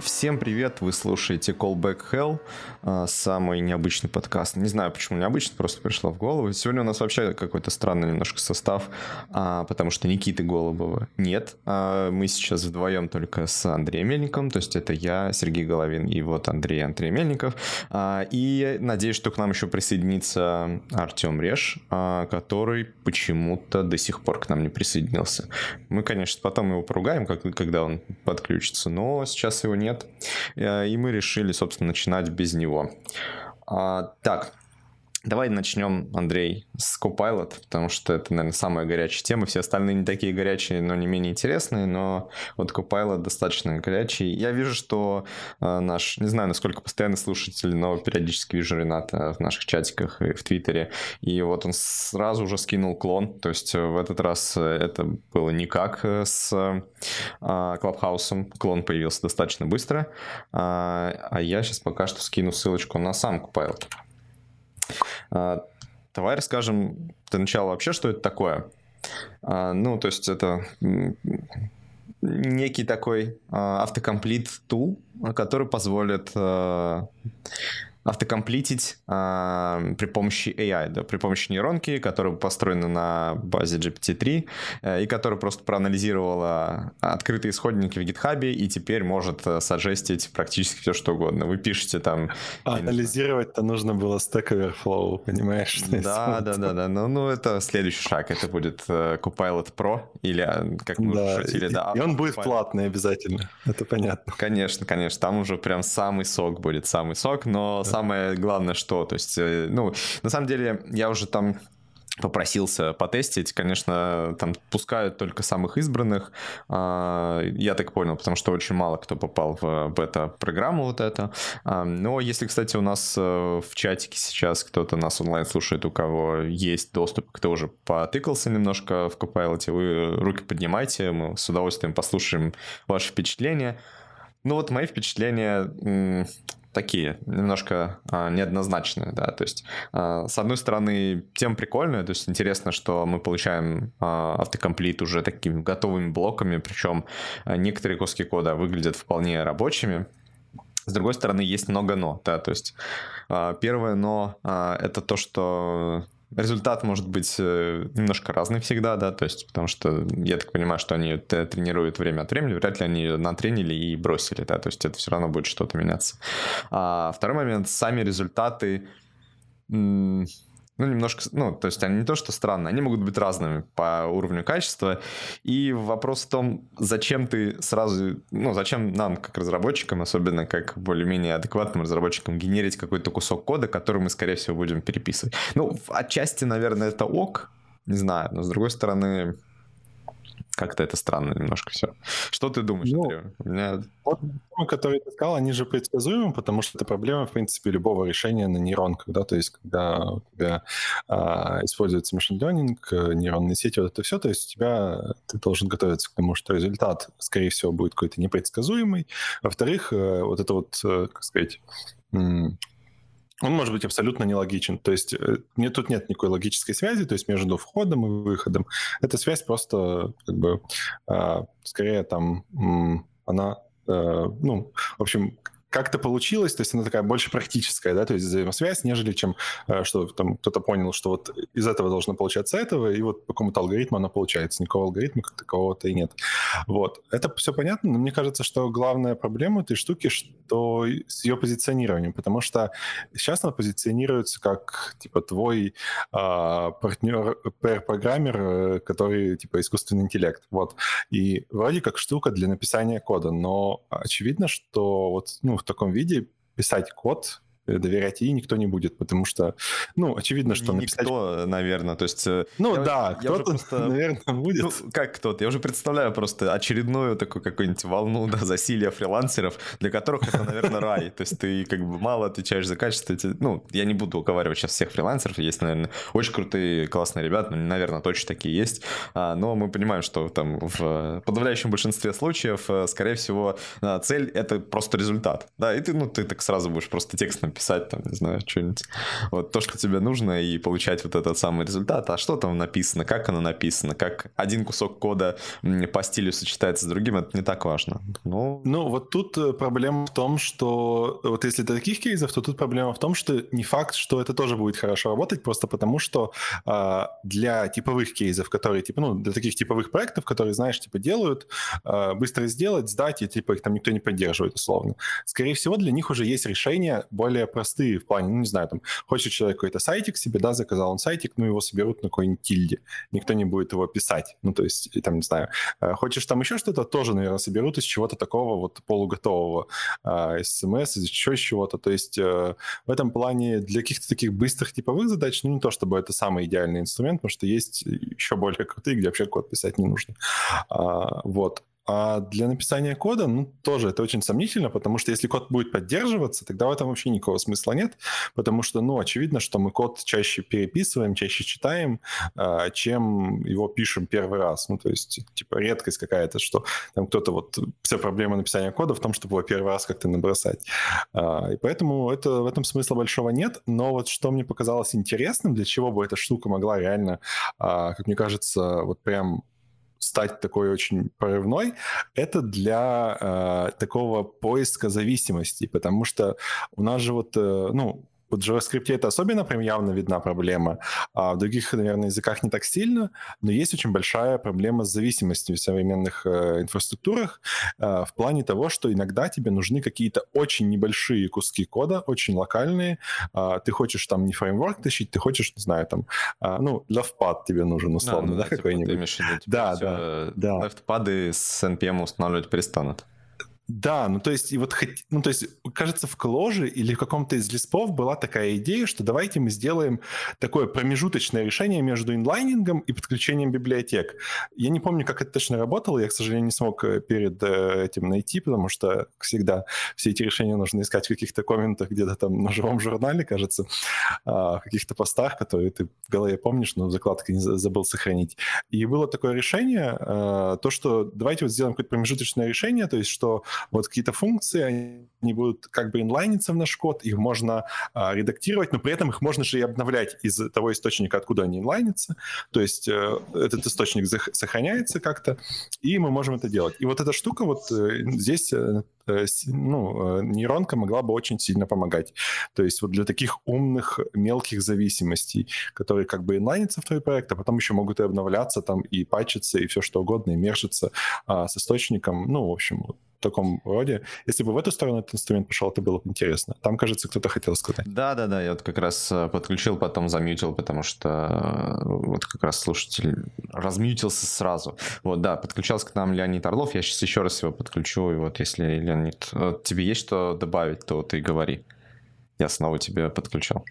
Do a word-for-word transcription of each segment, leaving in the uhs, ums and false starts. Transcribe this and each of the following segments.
Всем привет, вы слушаете Callback Hell, самый необычный подкаст. Не знаю, почему необычный, просто пришло в голову. Сегодня у нас вообще какой-то странный немножко состав, потому что Никиты Голубова нет. Мы сейчас вдвоем только с Андреем Мельниковым, то есть это я, Сергей Головин и вот Андрей Андрей Мельников. И надеюсь, что к нам еще присоединится Артем Реш, который почему-то до сих пор к нам не присоединился. Мы, конечно, потом его поругаем, когда он подключится, но сейчас его нет. И мы решили, собственно, начинать без него. А, так, давай начнем, Андрей, с Copilot, потому что это, наверное, самая горячая тема. Все остальные не такие горячие, но не менее интересные, но вот Copilot достаточно горячий. Я вижу, что э, наш, не знаю, насколько постоянный слушатель, но периодически вижу Рената в наших чатиках и в Твиттере, и вот он сразу же скинул клон, то есть в этот раз это было не как с э, Клабхаусом, клон появился достаточно быстро, а, а я сейчас пока что скину ссылочку на сам Copilot. Давай расскажем для начала вообще, что это такое. Ну, то есть это некий такой автокомплит тул, который позволит автокомплитить э, при помощи эй ай, да, при помощи нейронки, которая построена на базе джи пи ти три э, и которая просто проанализировала открытые исходники в GitHub и теперь может саджестить практически все, что угодно. Вы пишете там... Анализировать-то нужно было Stack Overflow, понимаешь? Да, да, да, да. Ну, ну, это следующий шаг. Это будет э, Copilot Pro или, как мы да, уже шутили, и, да. И он будет Copilot. Платный обязательно, это понятно. Конечно, конечно. Там уже прям самый сок будет, самый сок, но... Самое главное, что, то есть, ну, на самом деле, я уже там попросился потестить, конечно, там пускают только самых избранных, я так понял, потому что очень мало кто попал в бета-программу вот это, но если, кстати, у нас в чатике сейчас кто-то нас онлайн слушает, у кого есть доступ, кто уже потыкался немножко в Copilot, вы руки поднимайте, мы с удовольствием послушаем ваши впечатления. Ну вот мои впечатления... такие, немножко а, неоднозначные, да, то есть, а, с одной стороны, тема прикольная, то есть интересно, что мы получаем а, автокомплит уже такими готовыми блоками, причем а, некоторые куски кода выглядят вполне рабочими. С другой стороны, есть много но, да, то есть, а, первое но а, это то, что... Результат может быть немножко разный всегда, да, то есть, потому что я так понимаю, что они тренируют время от времени, вряд ли они натренили и бросили, да, то есть это все равно будет что-то меняться. А второй момент, сами результаты, м- ну, немножко, ну, то есть они не то, что странные, они могут быть разными по уровню качества, и вопрос в том, зачем ты сразу, ну, зачем нам, как разработчикам, особенно как более-менее адекватным разработчикам, генерить какой-то кусок кода, который мы, скорее всего, будем переписывать. Ну, отчасти, наверное, это ок, не знаю, но с другой стороны... Как-то это странно немножко все. Что ты думаешь, ну, Андрей? У меня... Вот проблемы, которые ты сказал, они же предсказуемы, потому что это проблема, в принципе, любого решения на нейронках, да, то есть когда у тебя а, используется машин ленинг, нейронные сети, вот это все, то есть у тебя, ты должен готовиться к тому, что результат, скорее всего, будет какой-то непредсказуемый. Во-вторых, вот это вот, как сказать... он может быть абсолютно нелогичен. То есть нет, тут нет никакой логической связи, то есть между входом и выходом. Эта связь просто, как бы, скорее там, она, ну, в общем... как-то получилось, то есть она такая больше практическая, да, то есть взаимосвязь, нежели чем, что там кто-то понял, что вот из этого должно получаться этого, и вот по какому-то алгоритму оно получается. Никакого алгоритма как такового-то и нет. Вот. Это все понятно, но мне кажется, что главная проблема этой штуки, что с ее позиционированием, потому что сейчас она позиционируется как, типа, твой а, партнер, пэр-программер, который, типа, искусственный интеллект, вот. И вроде как штука для написания кода, но очевидно, что вот, ну, в таком виде писать код, доверять ей никто не будет, потому что, ну, очевидно, что написать... Никто, наверное, то есть... Ну, я, да, я кто-то, просто... наверное, будет. Ну, как кто-то? Я уже представляю просто очередную такую какую-нибудь волну, да, засилия фрилансеров, для которых это, наверное, рай. То есть ты как бы мало отвечаешь за качество. Ну, я не буду уговаривать сейчас всех фрилансеров, есть, наверное, очень крутые, классные ребята, ну, наверное, точно такие есть, но мы понимаем, что там в подавляющем большинстве случаев, скорее всего, цель — это просто результат, да, и ты, ну, ты так сразу будешь просто текст написать там, не знаю, что-нибудь. Вот то, что тебе нужно, и получать вот этот самый результат. А что там написано, как оно написано, как один кусок кода по стилю сочетается с другим, это не так важно. Ну, ну вот тут проблема в том, что вот если до таких кейсов, то тут проблема в том, что не факт, что это тоже будет хорошо работать, просто потому что а, для типовых кейсов, которые, типа, ну, для таких типовых проектов, которые, знаешь, типа, делают, а, быстро сделать, сдать, и, типа, их там никто не поддерживает, условно. Скорее всего, для них уже есть решения более простые в плане, ну, не знаю, там, хочет человек какой-то сайтик себе, да, заказал он сайтик, ну, его соберут на какой-нибудь тильде, никто не будет его писать, ну, то есть, и, там, не знаю, хочешь там еще что-то, тоже, наверное, соберут из чего-то такого вот полуготового, а, из эс эм эс, из еще из чего-то, то есть, в этом плане для каких-то таких быстрых типовых задач, ну, не то чтобы это самый идеальный инструмент, потому что есть еще более крутые, где вообще код писать не нужно. А, вот. А для написания кода, ну, тоже это очень сомнительно, потому что если код будет поддерживаться, тогда в этом вообще никакого смысла нет, потому что, ну, очевидно, что мы код чаще переписываем, чаще читаем, чем его пишем первый раз. Ну, то есть, типа, редкость какая-то, что там кто-то вот... Вся проблема написания кода в том, чтобы его первый раз как-то набросать. И поэтому это, в этом смысла большого нет, но вот что мне показалось интересным, для чего бы эта штука могла реально, как мне кажется, вот прям стать такой очень прорывной, это для э, такого поиска зависимостей, потому что у нас же вот, э, ну, вот в JavaScript это особенно прям явно видна проблема, а в других, наверное, языках не так сильно, но есть очень большая проблема с зависимостью в современных э, инфраструктурах э, в плане того, что иногда тебе нужны какие-то очень небольшие куски кода, очень локальные. Э, ты хочешь там не фреймворк тащить, ты хочешь, не знаю, там, э, ну, LeftPad тебе нужен условно, а, ну, да, да, типа, какой-нибудь? Ты имеешь в виду, типа, да, все, да, да. LeftPad с эн пи эм устанавливать перестанут. Да, ну то есть, и вот, ну то есть, кажется, в Clojure или в каком-то из лиспов была такая идея, что давайте мы сделаем такое промежуточное решение между инлайнингом и подключением библиотек. Я не помню, как это точно работало, я, к сожалению, не смог перед этим найти, потому что, как всегда, все эти решения нужно искать в каких-то комментах где-то там на живом журнале, кажется, в каких-то постах, которые ты в голове помнишь, но в закладке не забыл сохранить. И было такое решение, то, что давайте вот сделаем какое-то промежуточное решение, то есть, что вот какие-то функции, они будут как бы инлайниться в наш код, их можно а, редактировать, но при этом их можно же и обновлять из того источника, откуда они инлайнятся. То есть э, этот источник зах- сохраняется как-то, и мы можем это делать. И вот эта штука вот э, здесь, э, э, ну, э, нейронка могла бы очень сильно помогать. То есть вот для таких умных мелких зависимостей, которые как бы инлайнятся в твой проект, а потом еще могут и обновляться там, и патчиться, и все что угодно, и мержиться а, с источником. Ну, в общем, вот. В таком роде. Если бы в эту сторону этот инструмент пошел, это было бы интересно. Там, кажется, кто-то хотел сказать. Да-да-да, я вот как раз подключил, потом замьютил, потому что вот как раз слушатель размьютился сразу. Вот, да, подключался к нам Леонид Орлов, я сейчас еще раз его подключу, и вот если, Леонид, тебе есть что добавить, то ты говори. Я снова тебя подключал.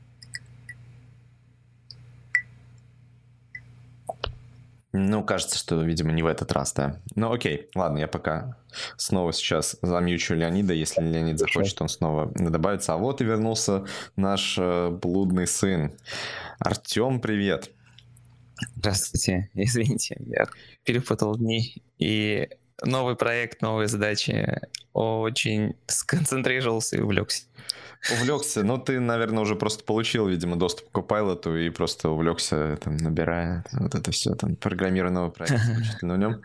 Ну, кажется, что, видимо, не в этот раз, да. Ну, окей, ладно, я пока снова сейчас замьючу Леонида. Если Леонид захочет, он снова добавится. А вот и вернулся наш э, блудный сын. Артем, привет. Здравствуйте, извините, я перепутал дни. И новый проект, новые задачи. Очень сконцентрировался и увлекся. Увлекся, ну ты, наверное, уже просто получил, видимо, доступ к Copilot и просто увлекся, там, набирая вот это все, там, программированного проекта исключительно в нем.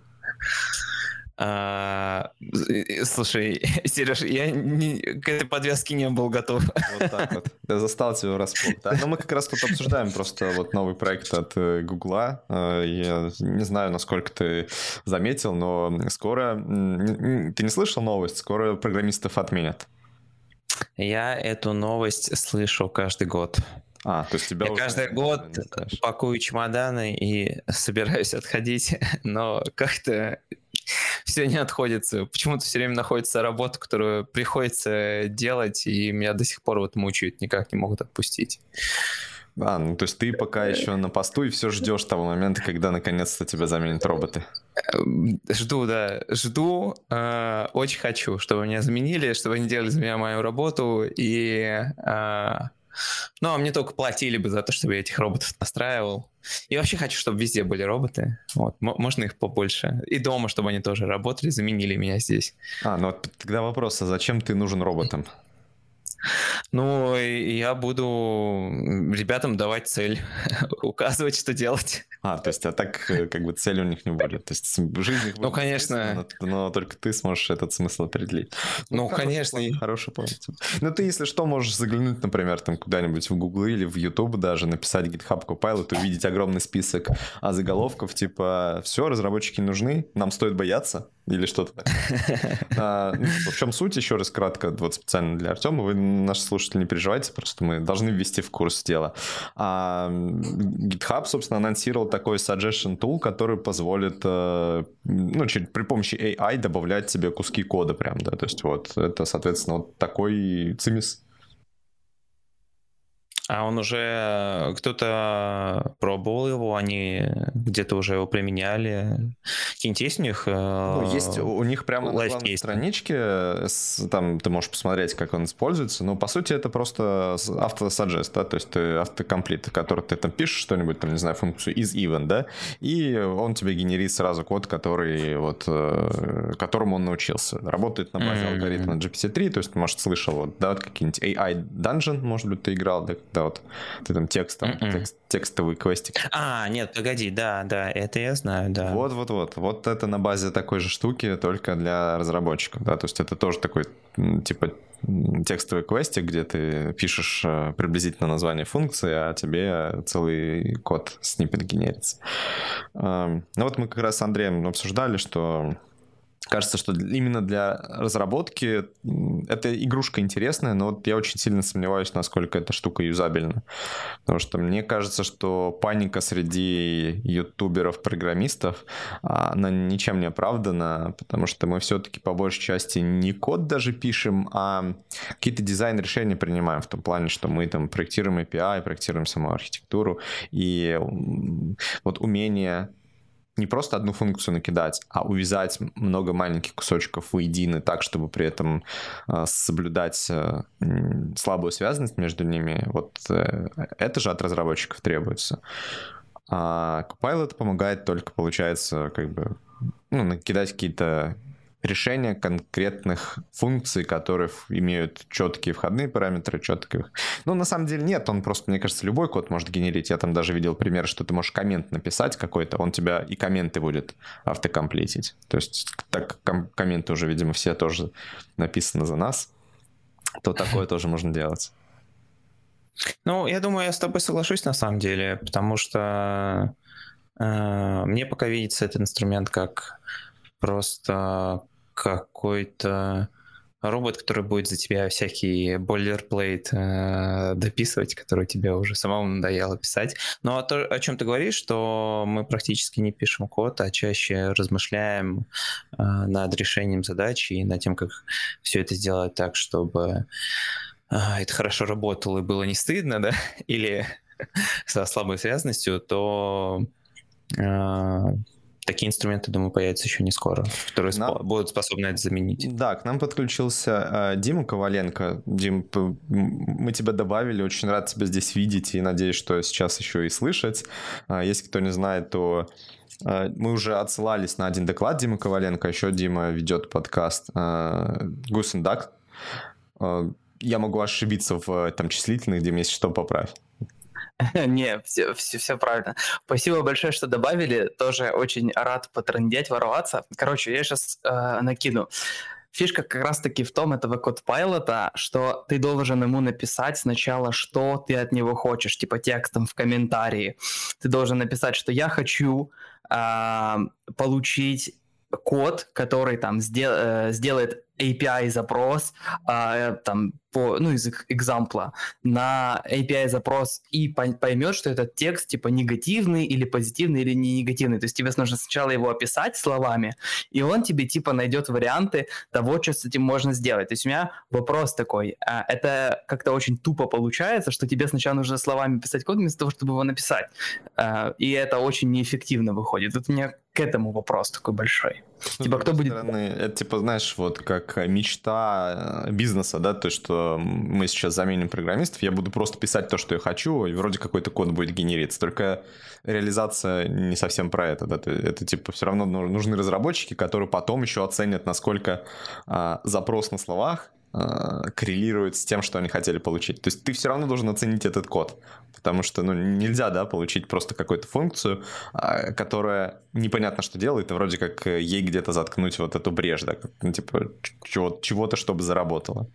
А, слушай, Сереж, я не, к этой подвязке не был готов. Вот так вот. Я застал тебя врасплох. Да? Но мы как раз вот обсуждаем просто вот новый проект от Гугла. Я не знаю, насколько ты заметил, но скоро... Ты не слышал новость? Скоро программистов отменят. Я эту новость слышу каждый год. А, то есть тебя Я уже каждый год пакую чемоданы и собираюсь отходить, но как-то все не отходится. Почему-то все время находится работа, которую приходится делать, и меня до сих пор вот мучают, никак не могут отпустить. А, ну то есть ты пока еще на посту и все ждешь того момента, когда наконец-то тебя заменят роботы. Жду, да, жду, э, очень хочу, чтобы меня заменили, чтобы они делали за меня мою работу, и, э, ну, а мне только платили бы за то, чтобы я этих роботов настраивал. И вообще хочу, чтобы везде были роботы, вот, м- можно их побольше, и дома, чтобы они тоже работали, заменили меня здесь. А, ну тогда вопрос, а зачем ты нужен роботам? Ну, и я буду ребятам давать цель, указывать, что делать. А, то есть, а так как бы цели у них не будет. То есть жизнь их будет Ну, конечно. смысл, но, но только ты сможешь этот смысл определить. Ну, хороший конечно. план, хороший план. Ну, ты, если что, можешь заглянуть, например, там куда-нибудь в Google или в YouTube даже, написать GitHub Copilot, увидеть огромный список а заголовков, типа, все, разработчики нужны, нам стоит бояться, или что-то такое. А, ну, в чем суть, еще раз кратко, вот специально для Артема, вы, наши слушатели, не переживайте, просто мы должны ввести в курс дела. А, GitHub, собственно, анонсировал такой suggestion tool, который позволит, ну, при помощи эй ай добавлять тебе куски кода прям, да, то есть вот это, соответственно, вот такой цимис. А он уже, кто-то пробовал его, они где-то уже его применяли. Какие-нибудь есть у них? Ну, есть у них прямо на главной страничке, там ты можешь посмотреть, как он используется, но по сути это просто автосаджест, да, то есть ты автокомплит, который ты там пишешь что-нибудь, там, не знаю, функцию is even, да, и он тебе генерит сразу код, который вот, которому он научился. Работает на базе mm-hmm. алгоритма джи пи ти три, то есть, может, слышал, вот, да, вот какие-нибудь эй ай Dungeon, может быть, ты играл, да, да, вот ты там текст, там, текст, текстовый квестик. А, нет, погоди, да, да, это я знаю, да. Вот-вот-вот, вот это на базе такой же штуки, только для разработчиков, да, то есть это тоже такой, типа, текстовый квестик, где ты пишешь приблизительно название функции, а тебе целый код, сниппет генерится. Ну вот мы как раз с Андреем обсуждали, что кажется, что именно для разработки эта игрушка интересная, но вот я очень сильно сомневаюсь, насколько эта штука юзабельна. Потому что мне кажется, что паника среди ютуберов-программистов, она ничем не оправдана, потому что мы все-таки по большей части не код даже пишем, а какие-то дизайн-решения принимаем в том плане, что мы там проектируем эй пи ай, проектируем саму архитектуру, и вот умение не просто одну функцию накидать, а увязать много маленьких кусочков воедино так, чтобы при этом э, соблюдать э, слабую связанность между ними. Вот э, это же от разработчиков требуется. А Copilot помогает только, получается, как бы, ну, накидать какие-то решения конкретных функций, которые имеют четкие входные параметры, четких. Ну, на самом деле нет, он просто, мне кажется, любой код может генерить. Я там даже видел пример, что ты можешь коммент написать какой-то, он тебя и комменты будет автокомплетить. То есть, так ком- комменты уже, видимо, все тоже написаны за нас, то такое тоже можно делать. Ну, я думаю, я с тобой соглашусь на самом деле, потому что э, мне пока видится этот инструмент как просто какой-то робот, который будет за тебя всякий boilerplate э, дописывать, который тебе уже самому надоело писать. Но то, о чем ты говоришь, что мы практически не пишем код, а чаще размышляем э, над решением задачи и над тем, как все это сделать так, чтобы э, это хорошо работало и было не стыдно, да, или со слабой связанностью, то... Э, Такие инструменты, думаю, появятся еще не скоро, которые нам... будут способны это заменить. Да, к нам подключился э, Дима Коваленко. Дим, мы тебя добавили, очень рад тебя здесь видеть и надеюсь, что сейчас еще и слышать. Э, если кто не знает, то э, мы уже отсылались на один доклад Димы Коваленко, еще Дима ведет подкаст э, Goose and Duck. Э, я могу ошибиться в там числительных, Дим, если что, поправь. Не, все, все, все правильно. Спасибо большое, что добавили. Тоже очень рад потрындеть, ворваться. Короче, я сейчас э, накину. Фишка как раз-таки в том этого Copilot, что ты должен ему написать сначала, что ты от него хочешь, типа текстом в комментарии. Ты должен написать, что я хочу э, получить код, который там сдел, э, сделает эй пи ай-запрос э, там, по, ну, из экзампла на эй пи ай-запрос и поймет, что этот текст типа негативный или позитивный или не негативный. То есть тебе нужно сначала его описать словами, и он тебе типа найдет варианты того, что с этим можно сделать. То есть у меня вопрос такой. Э, это как-то очень тупо получается, что тебе сначала нужно словами писать код вместо того, чтобы его написать. Э, и это очень неэффективно выходит. Тут у меня к этому вопрос такой большой. Ну, типа, кто будет... стороны, это, типа, знаешь, вот как мечта бизнеса, да, то, что мы сейчас заменим программистов, я буду просто писать то, что я хочу, и вроде какой-то код будет генериться. Только реализация не совсем про это, да, это, типа, все равно нужны разработчики, которые потом еще оценят, насколько а, запрос на словах э, коррелирует с тем, что они хотели получить. То есть ты все равно должен оценить этот код, потому что ну, нельзя, да, получить просто какую-то функцию, э, которая непонятно что делает, и вроде как ей где-то заткнуть вот эту брешь, да, ну, типа чего- чего-то, чтобы заработало.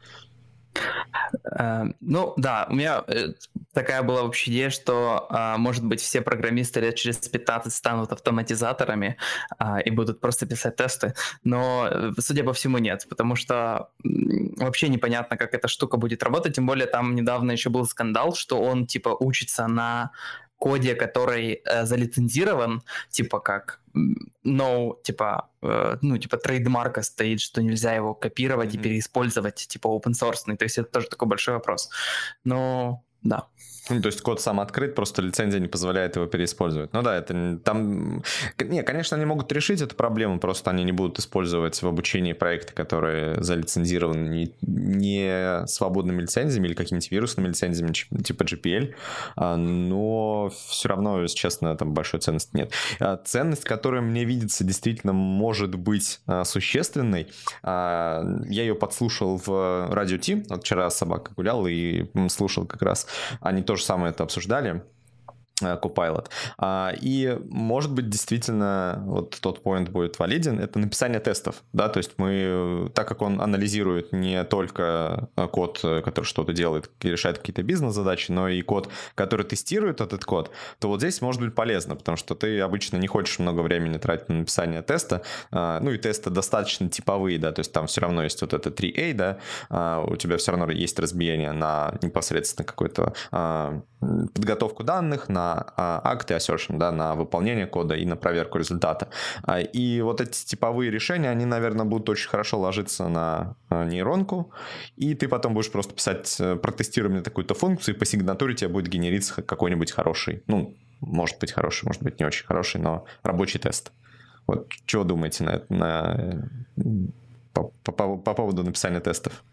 Э, Ну да, у меня э, такая была вообще идея, что, а, может быть, все программисты лет через пятнадцать станут автоматизаторами а, и будут просто писать тесты, но, э, судя по всему, нет, потому что м, вообще непонятно, как эта штука будет работать, тем более там недавно еще был скандал, что он типа учится на коде, который э, залицензирован, типа как, м, no, типа, э, ну, типа трейдмарка стоит, что нельзя его копировать и Мгм. переиспользовать, типа open source, то есть это тоже такой большой вопрос. Но, да. Ну, то есть код сам открыт, просто лицензия не позволяет его переиспользовать. Ну да, это не- там... к- Не, конечно, они могут решить эту проблему, просто они не будут использовать в обучении проекты, которые залицензированы не, не свободными лицензиями или какими-то вирусными лицензиями, ч- типа джи пи эл, а, но все равно, если честно, там большой ценности нет. А ценность, которая мне видится, действительно может быть а, существенной. А, Я ее подслушал в Радио Ти, вот вчера собака гулял и м, слушал как раз. Они то же самое это обсуждали, э, Copilot. А, И, может быть, действительно, вот тот поинт будет валиден, это написание тестов, да, то есть мы, э, так как он анализирует не только э, код, э, который что-то делает и решает какие-то бизнес-задачи, но и код, который тестирует этот код, то вот здесь может быть полезно, потому что ты обычно не хочешь много времени тратить на написание теста, а, ну и тесты достаточно типовые, да, то есть там все равно есть вот это три эй, да, а, у тебя все равно есть разбиение на непосредственно какую-то а, м, подготовку данных, на а, акты assertion, да, на выполнение кода и на проверку результата. А, И вот эти типовые решения, они, наверное, будут очень хорошо ложиться на а, нейронку, и ты потом будешь просто писать, э, протестируй мне такую-то функцию, и по сигнатуре тебе будет генериться какой-нибудь хороший, ну, может быть хороший, может быть не очень хороший, но рабочий тест. Вот что думаете на, это- на, э, по, по- по поводу написания тестов?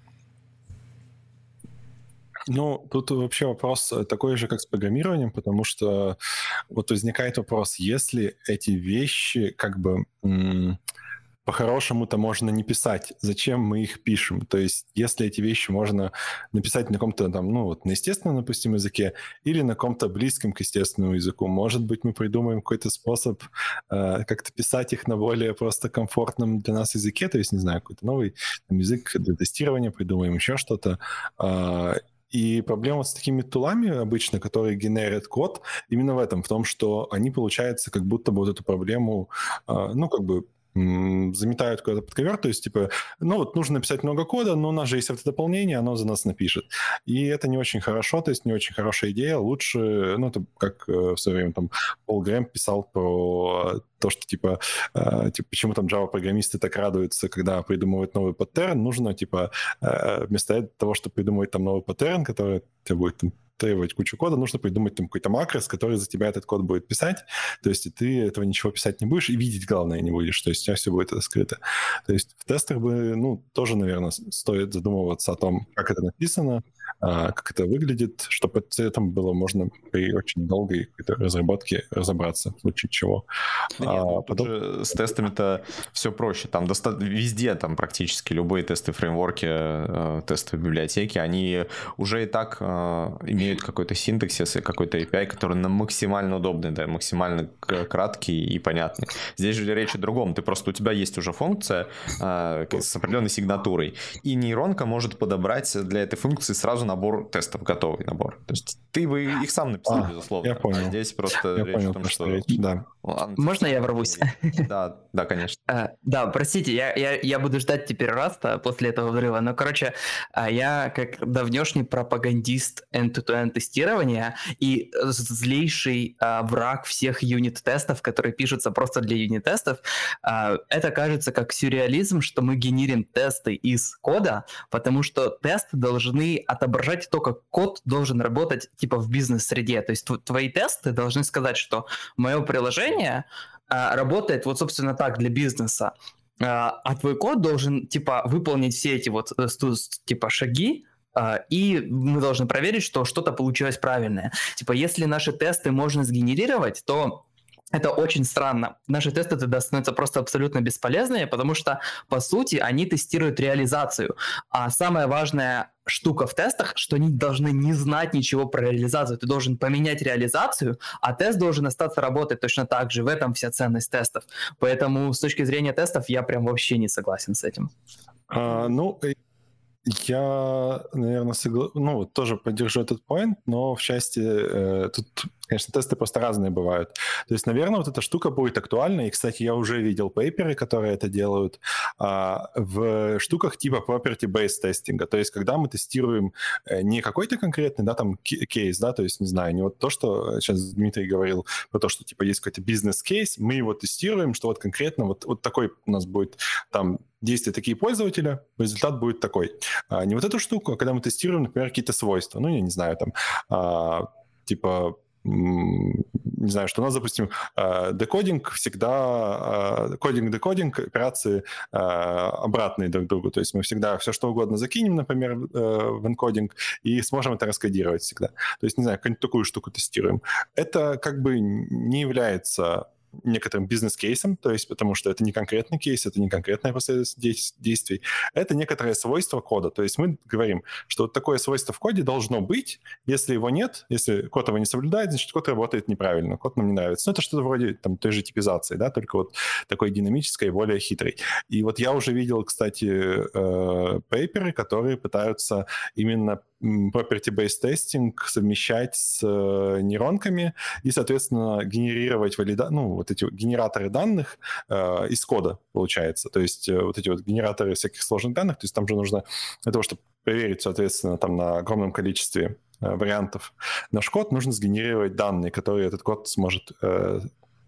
Ну, тут вообще вопрос э, такой же, как с программированием, потому что вот возникает вопрос, если эти вещи как бы м, по-хорошему-то можно не писать, зачем мы их пишем? То есть если эти вещи можно написать на каком-то там, ну вот на естественном, допустим, языке или на каком-то близком к естественному языку, может быть, мы придумаем какой-то способ э, как-то писать их на более просто комфортном для нас языке, то есть, не знаю, какой-то новый там, язык для тестирования придумаем, еще что-то. А, И проблема с такими тулами обычно, которые генерят код, именно в этом, в том, что они, получается, как будто бы вот эту проблему, а, ну, как бы м, заметают куда-то под ковер, то есть, типа, ну, вот нужно написать много кода, но у нас же есть автодополнение, оно за нас напишет. И это не очень хорошо, то есть не очень хорошая идея. Лучше, ну, это как э, в свое время там Пол Грэм писал про то, что, типа, э, типа почему там Java-программисты так радуются, когда придумывают новый паттерн, нужно, типа, э, вместо того, чтобы придумывать там новый паттерн, который тебе будет там требовать кучу кода, нужно придумать там какой-то макрос, который за тебя этот код будет писать, то есть и ты этого ничего писать не будешь, и видеть, главное, не будешь, то есть у тебя все будет скрыто. То есть в тестах бы, ну, тоже, наверное, стоит задумываться о том, как это написано, а, как это выглядит, чтобы с этим было можно при очень долгой какой-то разработке разобраться, в случае чего. Да нет, А, ну, тут потом- же с тестами-то все проще. Там доста- везде, там практически любые тесты, фреймворки, э, тестовые библиотеки, они уже и так э, имеют какой-то синтаксис и какой-то эй пи ай, который нам максимально удобный, да, максимально к- краткий и понятный. Здесь же речь о другом. Ты просто, у тебя есть уже функция э, с определенной сигнатурой, и нейронка может подобрать для этой функции сразу набор тестов, готовый набор. То есть ты бы их сам написал, А, безусловно. я понял. А здесь просто Я речь понял, о том, про что... что речь, да. Ладно, Можно я ворвусь? Да, да, конечно. А, да, простите, я, я, я буду ждать теперь Раста после этого взрыва. Но, короче, а, я как давнешний пропагандист end-to-end тестирования и злейший а, враг всех юнит-тестов, которые пишутся просто для юнит-тестов, а, это кажется как сюрреализм, что мы генерим тесты из кода, потому что тесты должны отображать то, как код должен работать типа в бизнес-среде. То есть тв- твои тесты должны сказать, что мое приложение а, работает вот, собственно, так для бизнеса, а, а твой код должен, типа, выполнить все эти вот, э, сту- с- типа, шаги, а, и мы должны проверить, что что-то получилось правильное. Типа, если наши тесты можно сгенерировать, то это очень странно. Наши тесты тогда становятся просто абсолютно бесполезными, потому что, по сути, они тестируют реализацию. А самая важная штука в тестах, что они должны не знать ничего про реализацию. Ты должен поменять реализацию, а тест должен остаться работать точно так же. В этом вся ценность тестов. Поэтому с точки зрения тестов я прям вообще не согласен с этим. А, ну, я, наверное, согла... ну, вот тоже поддержу этот point, но в части э, тут, конечно, тесты просто разные бывают. То есть, наверное, вот эта штука будет актуальна, и, кстати, я уже видел пейперы, которые это делают, а, в штуках типа property-based тестинга. То есть, когда мы тестируем не какой-то конкретный, да, там, кейс, да, то есть, не знаю, не вот то, что сейчас Дмитрий говорил про то, что, типа, есть какой-то бизнес-кейс, мы его тестируем, что вот конкретно вот, вот такой у нас будет там действия такие пользователя, результат будет такой. А не вот эту штуку, а когда мы тестируем, например, какие-то свойства. Ну, я не знаю, там, а, типа, не знаю, что у нас, допустим, декодинг всегда, кодинг-декодинг, операции обратные друг другу. То есть мы всегда все что угодно закинем, например, в энкодинг, и сможем это раскодировать всегда. То есть, не знаю, какую-нибудь такую штуку тестируем. Это как бы не является некоторым бизнес-кейсом, то есть потому что это не конкретный кейс, это не конкретная последовательность действий, это некоторое свойство кода. То есть мы говорим, что вот такое свойство в коде должно быть, если его нет, если код его не соблюдает, значит, код работает неправильно, код нам не нравится. Ну, это что-то вроде там, той же типизации, да, только вот такой динамической, более хитрой. И вот я уже видел, кстати, пейперы, которые пытаются именно property-based testing совмещать с нейронками и, соответственно, генерировать валида... ну, вот эти генераторы данных э, из кода, получается. То есть э, вот эти вот генераторы всяких сложных данных, то есть там же нужно для того, чтобы проверить, соответственно, там на огромном количестве э, вариантов наш код, нужно сгенерировать данные, которые этот код сможет э,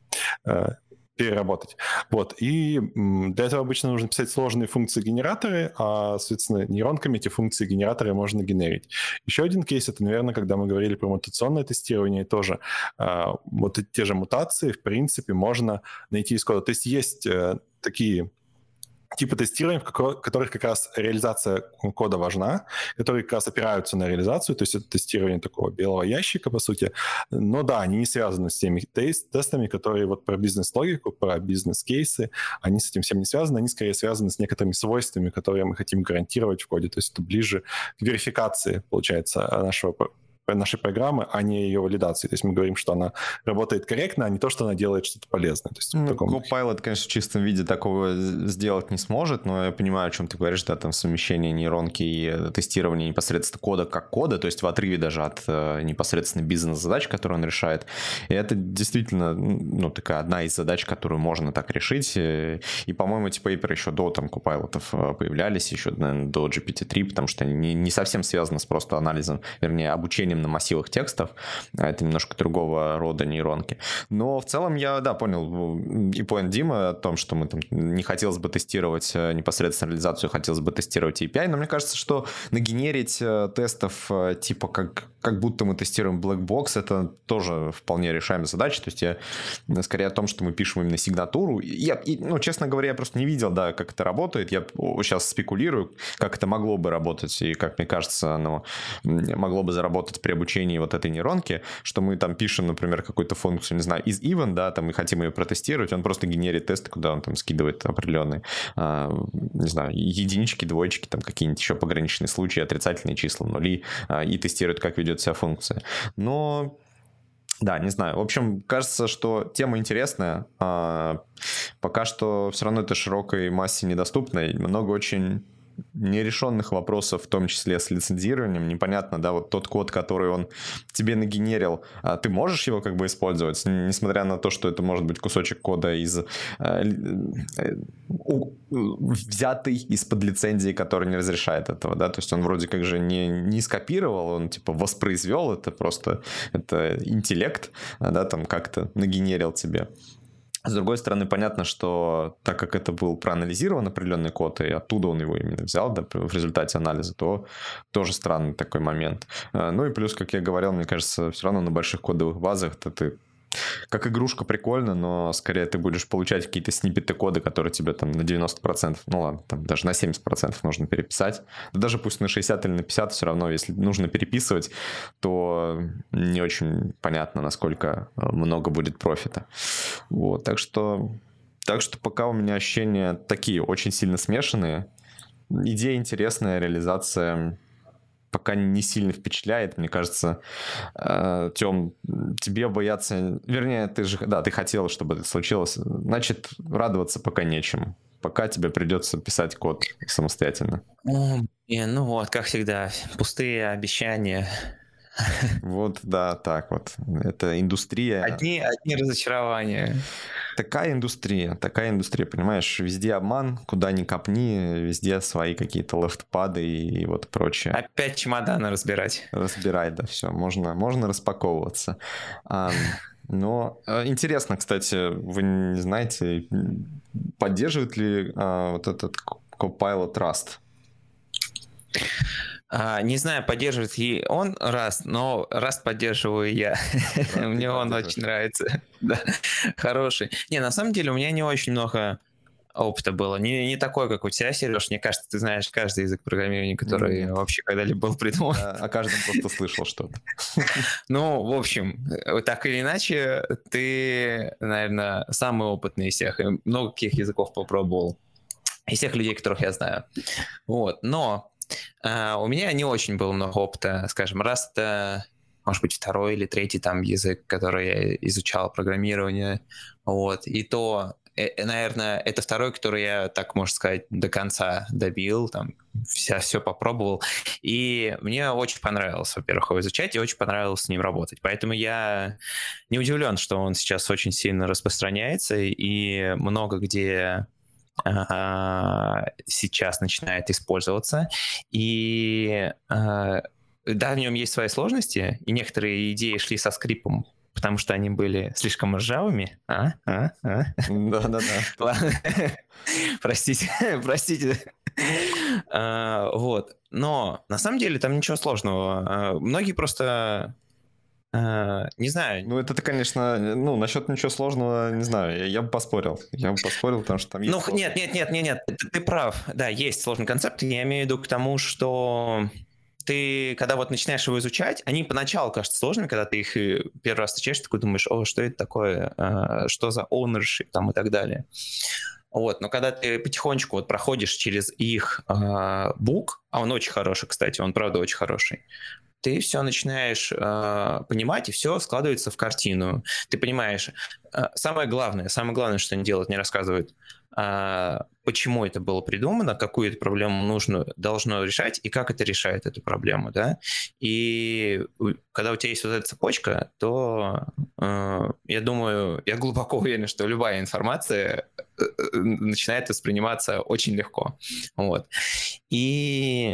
э, переработать. Вот. И для этого обычно нужно писать сложные функции-генераторы, а, соответственно, нейронками эти функции-генераторы можно генерить. Еще один кейс — это, наверное, когда мы говорили про мутационное тестирование, тоже а, вот те же мутации, в принципе, можно найти из кода. То есть есть а, такие типы тестирования, в которых как раз реализация кода важна, которые как раз опираются на реализацию, то есть это тестирование такого белого ящика, по сути. Но да, они не связаны с теми тест- тестами, которые вот про бизнес-логику, про бизнес-кейсы, они с этим всем не связаны, они скорее связаны с некоторыми свойствами, которые мы хотим гарантировать в коде, то есть это ближе к верификации, получается, нашего нашей программы, а не ее валидации. То есть мы говорим, что она работает корректно, а не то, что она делает что-то полезное. То есть, ну, таком... Copilot, конечно, в чистом виде такого сделать не сможет, но я понимаю, о чем ты говоришь, да, там совмещение нейронки и тестирование непосредственно кода как кода, то есть в отрыве даже от э, непосредственно бизнес-задач, которые он решает. И это действительно, ну, такая одна из задач, которую можно так решить. И, по-моему, эти пейперы еще до там Copilot'ов появлялись, еще, наверное, до джи пи ти три, потому что они не, не совсем связаны с просто анализом, вернее, обучением на массивах текстов, это немножко другого рода нейронки. Но в целом я, да, понял и point Димы о том, что мы там не хотелось бы тестировать непосредственно реализацию, хотелось бы тестировать эй пи ай, но мне кажется, что нагенерить тестов типа как, как будто мы тестируем black box, это тоже вполне решаемая задача, то есть я скорее о том, что мы пишем именно сигнатуру. Я, и, ну, честно говоря, я просто не видел, да, как это работает, я сейчас спекулирую, как это могло бы работать, и как мне кажется, оно могло бы заработать при обучении вот этой нейронки, что мы там пишем, например, какую-то функцию, не знаю, из even, да, там, и хотим ее протестировать, он просто генерит тесты, куда он там скидывает определенные, а, не знаю, единички, двоечки, там какие-нибудь еще пограничные случаи, отрицательные числа, нули, а, и тестирует, как ведет себя функция. Но да, не знаю. В общем, кажется, что тема интересная. А, пока что все равно это широкой массе недоступно. Много очень нерешенных вопросов, в том числе с лицензированием. Непонятно, да, вот тот код, который он тебе нагенерил, ты можешь его как бы использовать, несмотря на то, что это может быть кусочек кода из э, э, взятый из-под лицензии, который не разрешает этого, да, то есть он вроде как же не, не скопировал, он типа воспроизвел, это просто это интеллект, да, там как-то нагенерил тебе. С другой стороны, понятно, что так как это был проанализирован определенный код, и оттуда он его именно взял, да, в результате анализа, то тоже странный такой момент. Ну и плюс, как я говорил, мне кажется, все равно на больших кодовых базах ты как игрушка прикольно, но скорее ты будешь получать какие-то сниппеты кода, которые тебе там на девяносто процентов, ну ладно, там даже на семьдесят процентов нужно переписать. Да даже пусть на шестьдесят или на пятьдесят, все равно, если нужно переписывать, то не очень понятно, насколько много будет профита. Вот, так что, так что пока у меня ощущения такие, очень сильно смешанные. Идея интересная, реализация пока не сильно впечатляет. Мне кажется, Тём, тебе бояться... Вернее, ты же... Да, ты хотел, чтобы это случилось. Значит, радоваться пока нечем. Пока тебе придется писать код самостоятельно. О, блин, ну вот, как всегда, пустые обещания. Вот, да, так вот. Это индустрия. Одни, одни разочарования. Такая индустрия, такая индустрия, понимаешь, везде обман, куда ни копни, везде свои какие-то лефтпады и вот прочее. Опять чемоданы разбирать. Разбирать, да, все, можно, можно распаковываться. А, но интересно, кстати, вы не знаете, поддерживает ли а, вот этот Copilot Rust? А, не знаю, поддерживает ли он Rust, но Rust поддерживаю я. Да, мне он очень нравится. Да. Хороший. Не, на самом деле у меня не очень много опыта было. Не, не такой, как у тебя, Сереж. Мне кажется, ты знаешь каждый язык программирования, который Нет. вообще когда-либо был придуман. А, о каждом просто слышал что-то. Ну, в общем, так или иначе, ты, наверное, самый опытный из всех. Много каких языков попробовал. Из всех людей, которых я знаю. Вот. Но Uh, у меня не очень было много опыта, скажем, Rust, uh, может быть, второй или третий там язык, который я изучал, программирование, вот, и то, э, наверное, это второй, который я, так можно сказать, до конца добил, там, вся, все попробовал, и мне очень понравилось, во-первых, его изучать, и очень понравилось с ним работать, поэтому я не удивлен, что он сейчас очень сильно распространяется, и много где... сейчас начинает использоваться. И да, в нем есть свои сложности, и некоторые идеи шли со скрипом, потому что они были слишком ржавыми. А? А? А? Да-да-да. Простите, простите. Вот. Но на самом деле там ничего сложного. Многие просто... Uh, не знаю. Ну, это, конечно, ну, насчет ничего сложного, не знаю, я, я бы поспорил. Я бы поспорил, потому что там есть... Ну, сложный... нет, нет, нет, нет, нет, ты, ты прав. Да, есть сложный концепт. Я имею в виду к тому, что ты, когда вот начинаешь его изучать, они поначалу кажутся сложными, когда ты их первый раз встречаешь, такой думаешь, о, что это такое, uh, что за ownership там и так далее. Вот, но когда ты потихонечку вот проходишь через их uh, бук, а он очень хороший, кстати, он правда очень хороший, ты все начинаешь э, понимать, и все складывается в картину. Ты понимаешь, э, самое главное, самое главное, что они делают, не рассказывают, э, почему это было придумано, какую эту проблему нужно, должно решать, и как это решает эту проблему, да. И когда у тебя есть вот эта цепочка, то э, я думаю, я глубоко уверен, что любая информация начинает восприниматься очень легко. Вот. И...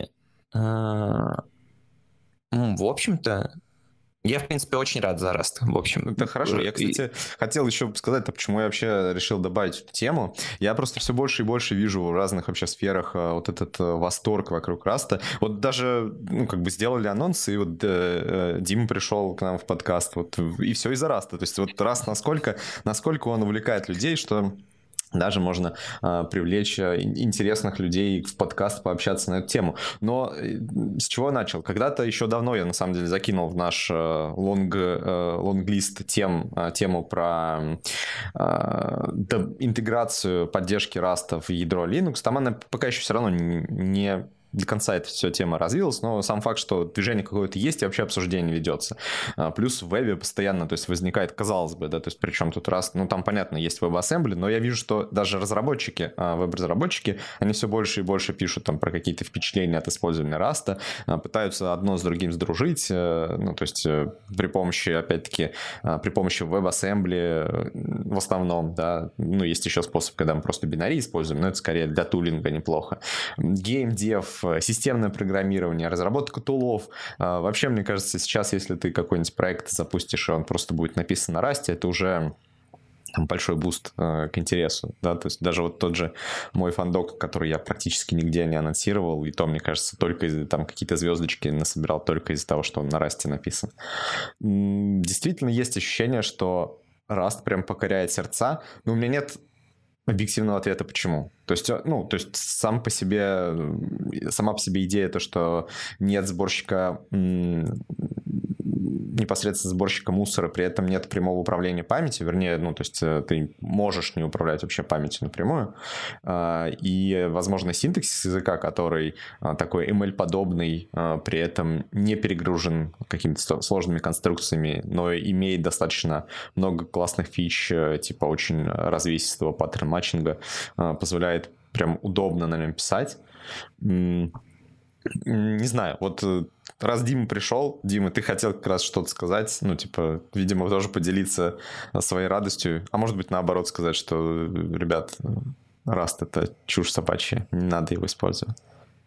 Э, Ну, в общем-то, я, в принципе, очень рад за Rust, в общем. Это хорошо. Я, кстати, и... хотел еще сказать, почему я вообще решил добавить эту тему. Я просто все больше и больше вижу в разных вообще сферах вот этот восторг вокруг Rust. Вот даже, ну, как бы сделали анонс, и вот э, Дима пришел к нам в подкаст, вот, и все из-за Rust. То есть вот Rust насколько, насколько он увлекает людей, что... Даже можно э, привлечь э, интересных людей в подкаст, пообщаться на эту тему. Но э, с чего начал? Когда-то еще давно я, на самом деле, закинул в наш э, лонг, э, лонглист тем, э, тему про э, да, интеграцию поддержки Rust в ядро Linux. Там она пока еще все равно не... до конца эта вся тема развилась, но сам факт, что движение какое-то есть, и вообще обсуждение ведется. Плюс в вебе постоянно, то есть возникает, казалось бы, да, то есть причем тут раз, ну там понятно, есть WebAssembly, но я вижу, что даже разработчики, веб-разработчики, они все больше и больше пишут там про какие-то впечатления от использования Rust, пытаются одно с другим сдружить, ну то есть при помощи, опять-таки, при помощи WebAssembly в основном, да, ну есть еще способ, когда мы просто бинари используем, но это скорее для тулинга неплохо. Геймдев, системное программирование, разработка тулов. Вообще, мне кажется, сейчас, если ты какой-нибудь проект запустишь, и он просто будет написан на Rust, это уже там большой буст к интересу. Да? То есть даже вот тот же мой фандок, который я практически нигде не анонсировал, и то, мне кажется, только из- там какие-то звездочки насобирал только из-за того, что он на Rust написан. М, Действительно, есть ощущение, что Rust прям покоряет сердца, но у меня нет объективного ответа, почему. То есть, ну, то есть сам по себе, сама по себе идея, то, что нет сборщика, непосредственно сборщика мусора, при этом нет прямого управления памятью, вернее, ну, то есть ты можешь не управлять вообще памятью напрямую, и, возможно, синтаксис языка, который такой эм эль-подобный, при этом не перегружен какими-то сложными конструкциями, но имеет достаточно много классных фич, типа очень развесистого паттерн-матчинга, позволяет прям удобно на нем писать. Не знаю, вот раз Дима пришел, Дима, ты хотел как раз что-то сказать, ну, типа, видимо, тоже поделиться своей радостью, а может быть, наоборот, сказать, что, ребят, Rust — это чушь собачья, не надо его использовать.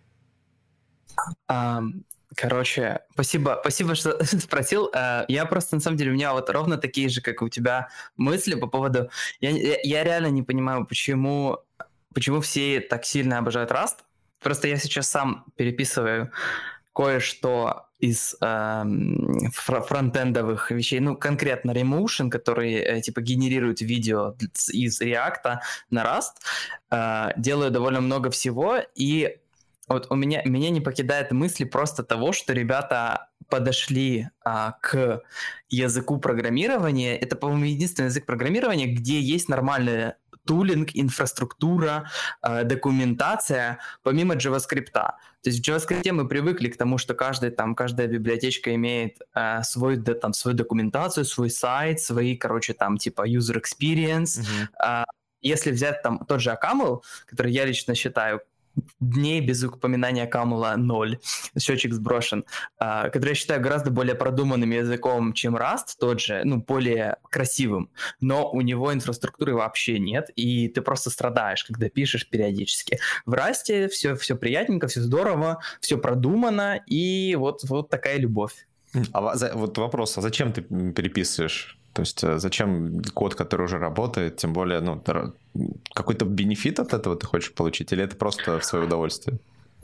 Um... Короче, спасибо, спасибо, что спросил. Я просто, на самом деле, у меня вот ровно такие же, как и у тебя, мысли по поводу... Я, я, я реально не понимаю, почему, почему все так сильно обожают Rust. Просто я сейчас сам переписываю кое-что из э, фронтендовых вещей, ну, конкретно Remotion, который, э, типа, генерирует видео из React на Rust. Э, делаю довольно много всего, и вот у меня, меня не покидает мысли просто того, что ребята подошли а, к языку программирования. Это, по-моему, единственный язык программирования, где есть нормальный тулинг, инфраструктура, а, документация, помимо JavaScript. То есть в JavaScript мы привыкли к тому, что каждый, там, каждая библиотечка имеет а, свой, да, там, свою документацию, свой сайт, свои, короче, там, типа user experience. Mm-hmm. А, если взять там тот же Акамл, который я лично считаю дней без упоминания Камла ноль, счетчик сброшен, uh, который я считаю гораздо более продуманным языком, чем Rust, тот же, ну, более красивым, но у него инфраструктуры вообще нет, и ты просто страдаешь, когда пишешь периодически. В Rust все, все приятненько, все здорово, все продумано, и вот, вот такая любовь. А вот вопрос, а зачем ты переписываешь? То есть зачем код, который уже работает, тем более, ну, какой-то бенефит от этого ты хочешь получить, или это просто в свое удовольствие?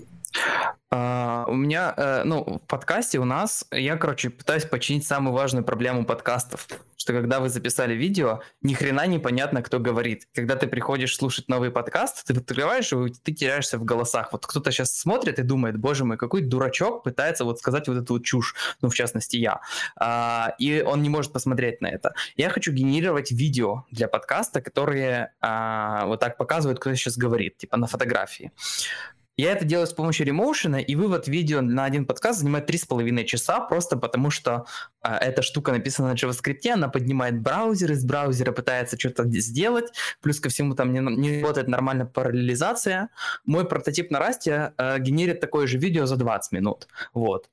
Uh, у меня, uh, ну, в подкасте у нас, я, короче, пытаюсь починить самую важную проблему подкастов, что когда вы записали видео, ни хрена непонятно, кто говорит. Когда ты приходишь слушать новый подкаст, ты открываешь его, ты теряешься в голосах. Вот кто-то сейчас смотрит и думает, боже мой, какой дурачок пытается вот сказать вот эту вот чушь, ну, в частности, я. Uh, и он не может посмотреть на это. Я хочу генерировать видео для подкаста, которые uh, вот так показывают, кто сейчас говорит, типа на фотографии. Я это делаю с помощью Remotion, и вывод видео на один подкаст занимает три с половиной часа, просто потому что а, эта штука написана на JavaScript, она поднимает браузер, из браузера пытается что-то сделать, плюс ко всему там не, не работает нормально параллелизация. Мой прототип на Rust а, генерит такое же видео за двадцать минут. Вот.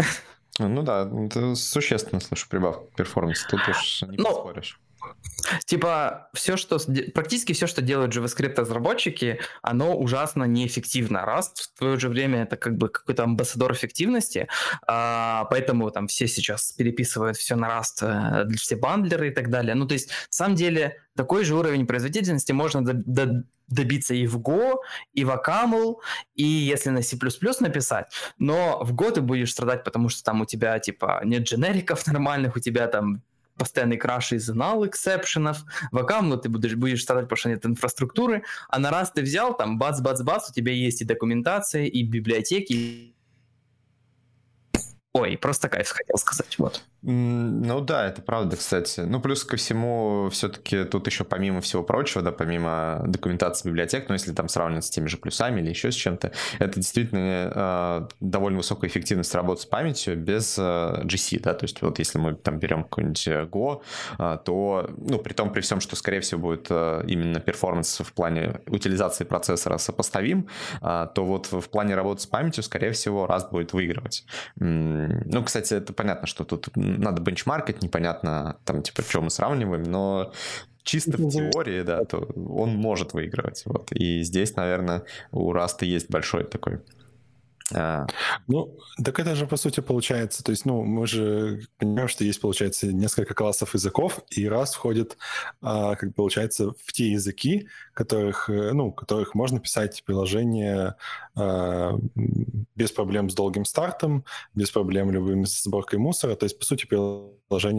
Ну да, это существенно, слышу, прибавка к перформансу, тут уж не поспоришь. Типа, все, что, практически все, что делают JavaScript-разработчики, оно ужасно неэффективно. Rust в твое же время это как бы какой-то амбассадор эффективности, а, поэтому там все сейчас переписывают все на Rust, для все бандлеры и так далее. Ну, то есть, на самом деле, такой же уровень производительности можно до, до, добиться и в Go, и в Акамл, и если на C++ написать, но в Go ты будешь страдать, потому что там у тебя, типа, нет дженериков нормальных, у тебя там постоянный краш из null эксепшенов, в Акамлу ты будешь, будешь страдать, потому что нет инфраструктуры, а на раз ты взял, там бац-бац-бац, у тебя есть и документация, и библиотеки, и... Ой, просто кайф хотел сказать, вот. Ну да, это правда, кстати. Ну, плюс ко всему, все-таки тут еще помимо всего прочего, да, помимо документации библиотек, ну, если там сравнивать с теми же плюсами или еще с чем-то, это действительно э, довольно высокая эффективность работы с памятью без э, джи си, да, то есть вот если мы там берем какой-нибудь Go, э, то, ну, при том, при всем, что, скорее всего, будет э, именно перформанс в плане утилизации процессора сопоставим, э, то вот в плане работы с памятью, скорее всего, Rust будет выигрывать. Ну, кстати, это понятно, что тут надо бенчмаркать, непонятно, там, типа, что мы сравниваем, но чисто в теории, да, то он может выигрывать. Вот. И здесь, наверное, у Rust есть большой такой... А... Ну, так это же, по сути, получается, то есть, ну, мы же понимаем, что есть, получается, несколько классов языков, и Rust входит, а, как получается, в те языки, которых, ну, которых можно писать приложения а, без проблем с долгим стартом, без проблем любыми с сборкой мусора, то есть, по сути, приложение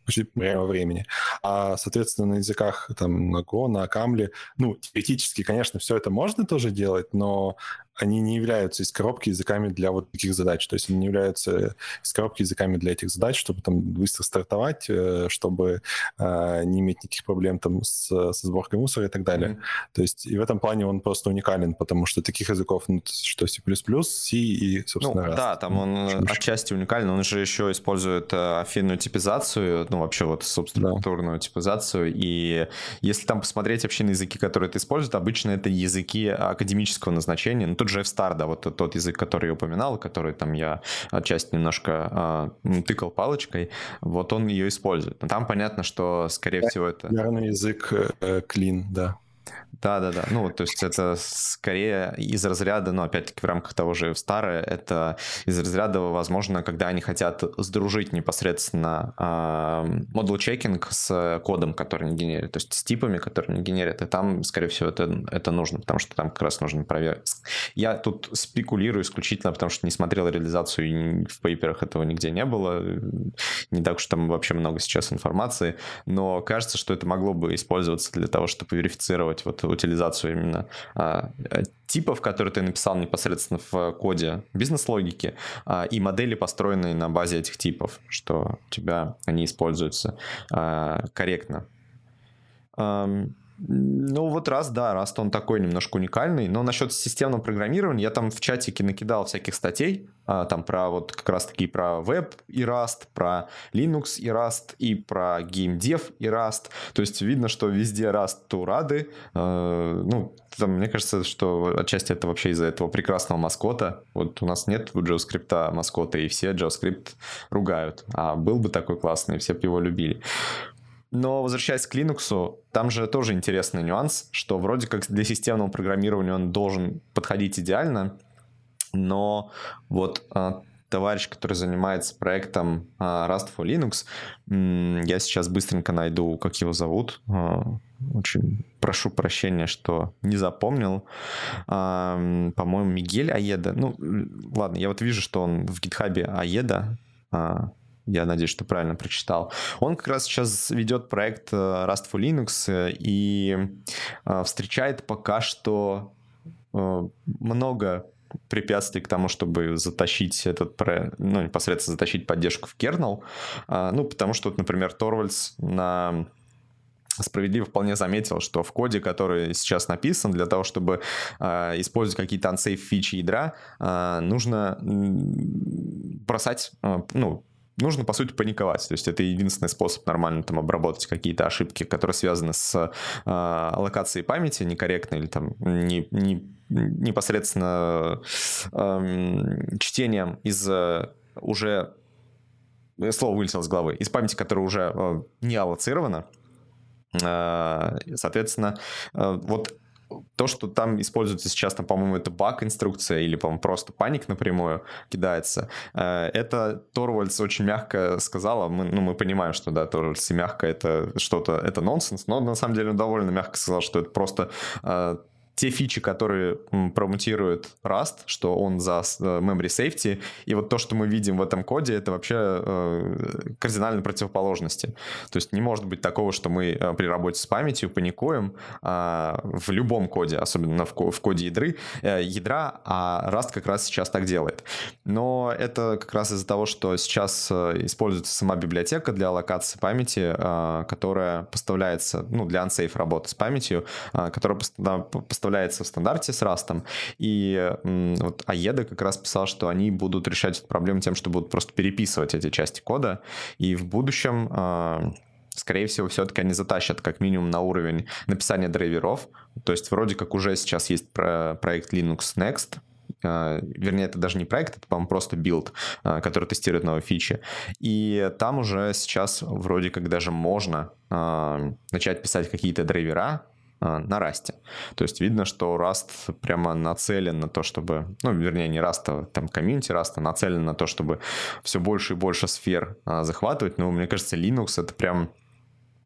почти реального времени. А, соответственно, на языках там на Go, на Камле, ну, теоретически, конечно, все это можно тоже делать, но они не являются из коробки языками для вот таких задач. То есть они не являются из коробки языками для этих задач, чтобы там быстро стартовать, чтобы э, не иметь никаких проблем там с, со сборкой мусора и так далее. Mm-hmm. То есть и в этом плане он просто уникален, потому что таких языков, ну, что C++, C и, собственно, ну, Rust. Да, там он Чушь. отчасти уникален, он же еще использует афинную типизацию, ну, вообще вот субструктурную да. типизацию, и если там посмотреть вообще на языки, которые это используют, обычно это языки академического назначения, ну, тот же F-Star, да, вот тот, тот язык, который я упоминал, который там я отчасти немножко э, тыкал палочкой, вот он ее использует. Но там понятно, что, скорее да, всего, это... Верный язык э, Clean, да. Да-да-да, ну, то есть это скорее из разряда, ну, опять-таки в рамках того же F-Star, это из разряда, возможно, когда они хотят сдружить непосредственно э, модул-чекинг с кодом, который они генерят, то есть с типами, которые они генерят, и там, скорее всего, это, это нужно, потому что там как раз нужно проверить. Я тут спекулирую исключительно, потому что не смотрел реализацию, и в пейперах этого нигде не было, не так уж там вообще много сейчас информации, но кажется, что это могло бы использоваться для того, чтобы верифицировать вот утилизацию именно а, типов, которые ты написал непосредственно в коде бизнес-логики, а, и модели, построенные на базе этих типов, что у тебя они используются а, корректно. А, ну вот Rust, да, Rust он такой немножко уникальный, но насчет системного программирования я там в чатике накидал всяких статей, а, там про вот как раз таки про веб и Rust, про Linux и Rust, и про геймдев и Rust, то есть видно, что везде Rust рады, а, ну, там, мне кажется, что отчасти это вообще из-за этого прекрасного маскота, вот у нас нет у JavaScript маскота, и все JavaScript ругают, а был бы такой классный, все бы его любили. Но возвращаясь к Linux, там же тоже интересный нюанс, что вроде как для системного программирования он должен подходить идеально, но вот а, товарищ, который занимается проектом а, Rust for Linux, м- я сейчас быстренько найду, как его зовут, а, очень прошу прощения, что не запомнил, а, по-моему, Мигель Аеда, ну ладно, я вот вижу, что он в гитхабе Аеда, а, я надеюсь, что правильно прочитал. Он как раз сейчас ведет проект Rust for Linux и встречает пока что много препятствий к тому, чтобы затащить этот, ну, непосредственно затащить поддержку в kernel. Ну, потому что, например, Торвальдс на... справедливо вполне заметил, что в коде, который сейчас написан, для того, чтобы э, использовать какие-то unsafe фичи ядра, э, нужно бросать, э, ну, нужно, по сути, паниковать. То есть это единственный способ нормально там обработать какие-то ошибки, которые связаны с э, аллокацией памяти некорректной или там не, не, непосредственно э, чтением из э, уже... Слово вылетело с головы. Из памяти, которая уже э, не аллоцирована. Э, соответственно, э, вот то, что там используется сейчас, там, по-моему, это баг-инструкция или, по-моему, просто паник напрямую кидается, это Торвальдс очень мягко сказала, мы, ну, мы понимаем, что, да, Торвальдс и мягко это что-то, это нонсенс, но на самом деле он довольно мягко сказал, что это просто... те фичи, которые промутирует Rust, что он за memory safety, и вот то, что мы видим в этом коде, это вообще э, кардинально противоположности. То есть не может быть такого, что мы э, при работе с памятью паникуем э, в любом коде, особенно в, в коде ядры, э, ядра, а Rust как раз сейчас так делает. Но это как раз из-за того, что сейчас э, используется сама библиотека для аллокации памяти, э, которая поставляется, ну, для unsafe работы с памятью, э, которая поставляется поставляется в стандарте с Rust. И вот Аеда как раз писал, что они будут решать эту проблему тем, что будут просто переписывать эти части кода. И в будущем, скорее всего, все-таки они затащат как минимум на уровень написания драйверов. То есть вроде как уже сейчас есть проект Linux Next. Вернее, это даже не проект, это, по-моему, просто билд, который тестирует новые фичи. И там уже сейчас вроде как даже можно начать писать какие-то драйвера на Rust. То есть видно, что Rust прямо нацелен на то, чтобы... Ну, вернее, не Rust, а там комьюнити Rust нацелен на то, чтобы все больше и больше сфер а, захватывать. Но мне кажется, Linux — это прям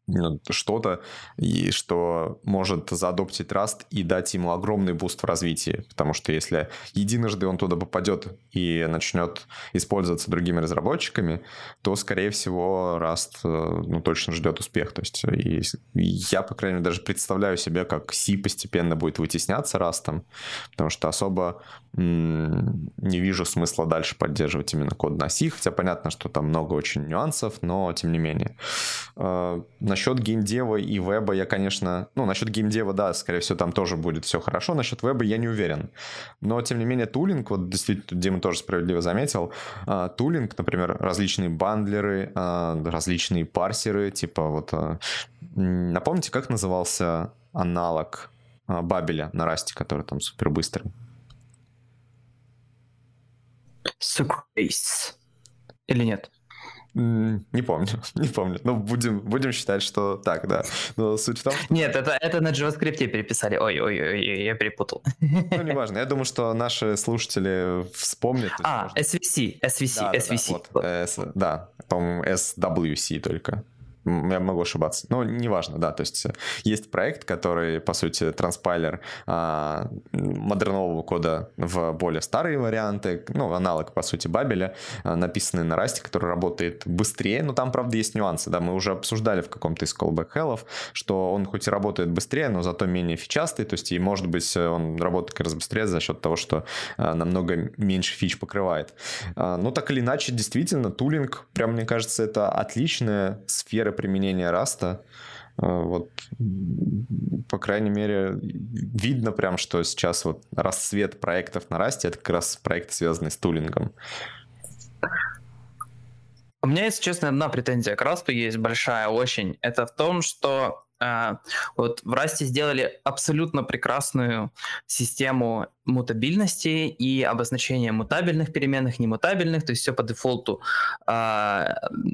что-то, и что может заадоптить Rust и дать ему огромный буст в развитии. Потому что если единожды он туда попадет и начнет использоваться другими разработчиками, то, скорее всего, Rust ну, точно ждет успех. То есть и, и я, по крайней мере, даже представляю себе, как C постепенно будет вытесняться Rust, потому что особо м- не вижу смысла дальше поддерживать именно код на C, хотя понятно, что там много очень нюансов, но тем не менее. Насчет геймдева и веба я, конечно... Ну, насчет геймдева, да, скорее всего, там тоже будет все хорошо. Насчет веба я не уверен. Но, тем не менее, тулинг, вот действительно, Дима тоже справедливо заметил, тулинг, например, различные бандлеры, различные парсеры, типа вот... Напомните, как назывался аналог Бабеля на Расте, который там супер быстрый? Sucrase. Или нет? Не помню, не помню. Ну, будем, будем считать, что так, да. Но суть в том... Нет, это, это на JavaScript переписали. Ой-ой-ой, я перепутал. Ну, неважно. Я думаю, что наши слушатели вспомнят. А, можно... эс ви си, эс ви си, да, эс ви си. Да, да, вот, S, да, по-моему, эс дабл ю си только. Я могу ошибаться, но неважно, да, то есть есть проект, который, по сути, транспайлер а, модернового кода в более старые варианты, ну, аналог, по сути, Бабеля, а, написанный на Расте, который работает быстрее, но там, правда, есть нюансы, да, мы уже обсуждали в каком-то из callback-hell'ов, что он хоть и работает быстрее, но зато менее фичастый, то есть, и, может быть, он работает как раз быстрее за счет того, что а, намного меньше фич покрывает. А, но так или иначе, действительно, тулинг, прям, мне кажется, это отличная сфера применения Раста. Вот, по крайней мере, видно прям, что сейчас вот расцвет проектов на Расте — это как раз проекты, связанные с тулингом. У меня, если честно, одна претензия к Расту есть большая очень. Это в том, что э, вот в Расте сделали абсолютно прекрасную систему мутабильности и обозначения мутабельных переменных, немутабельных, то есть все по дефолту э,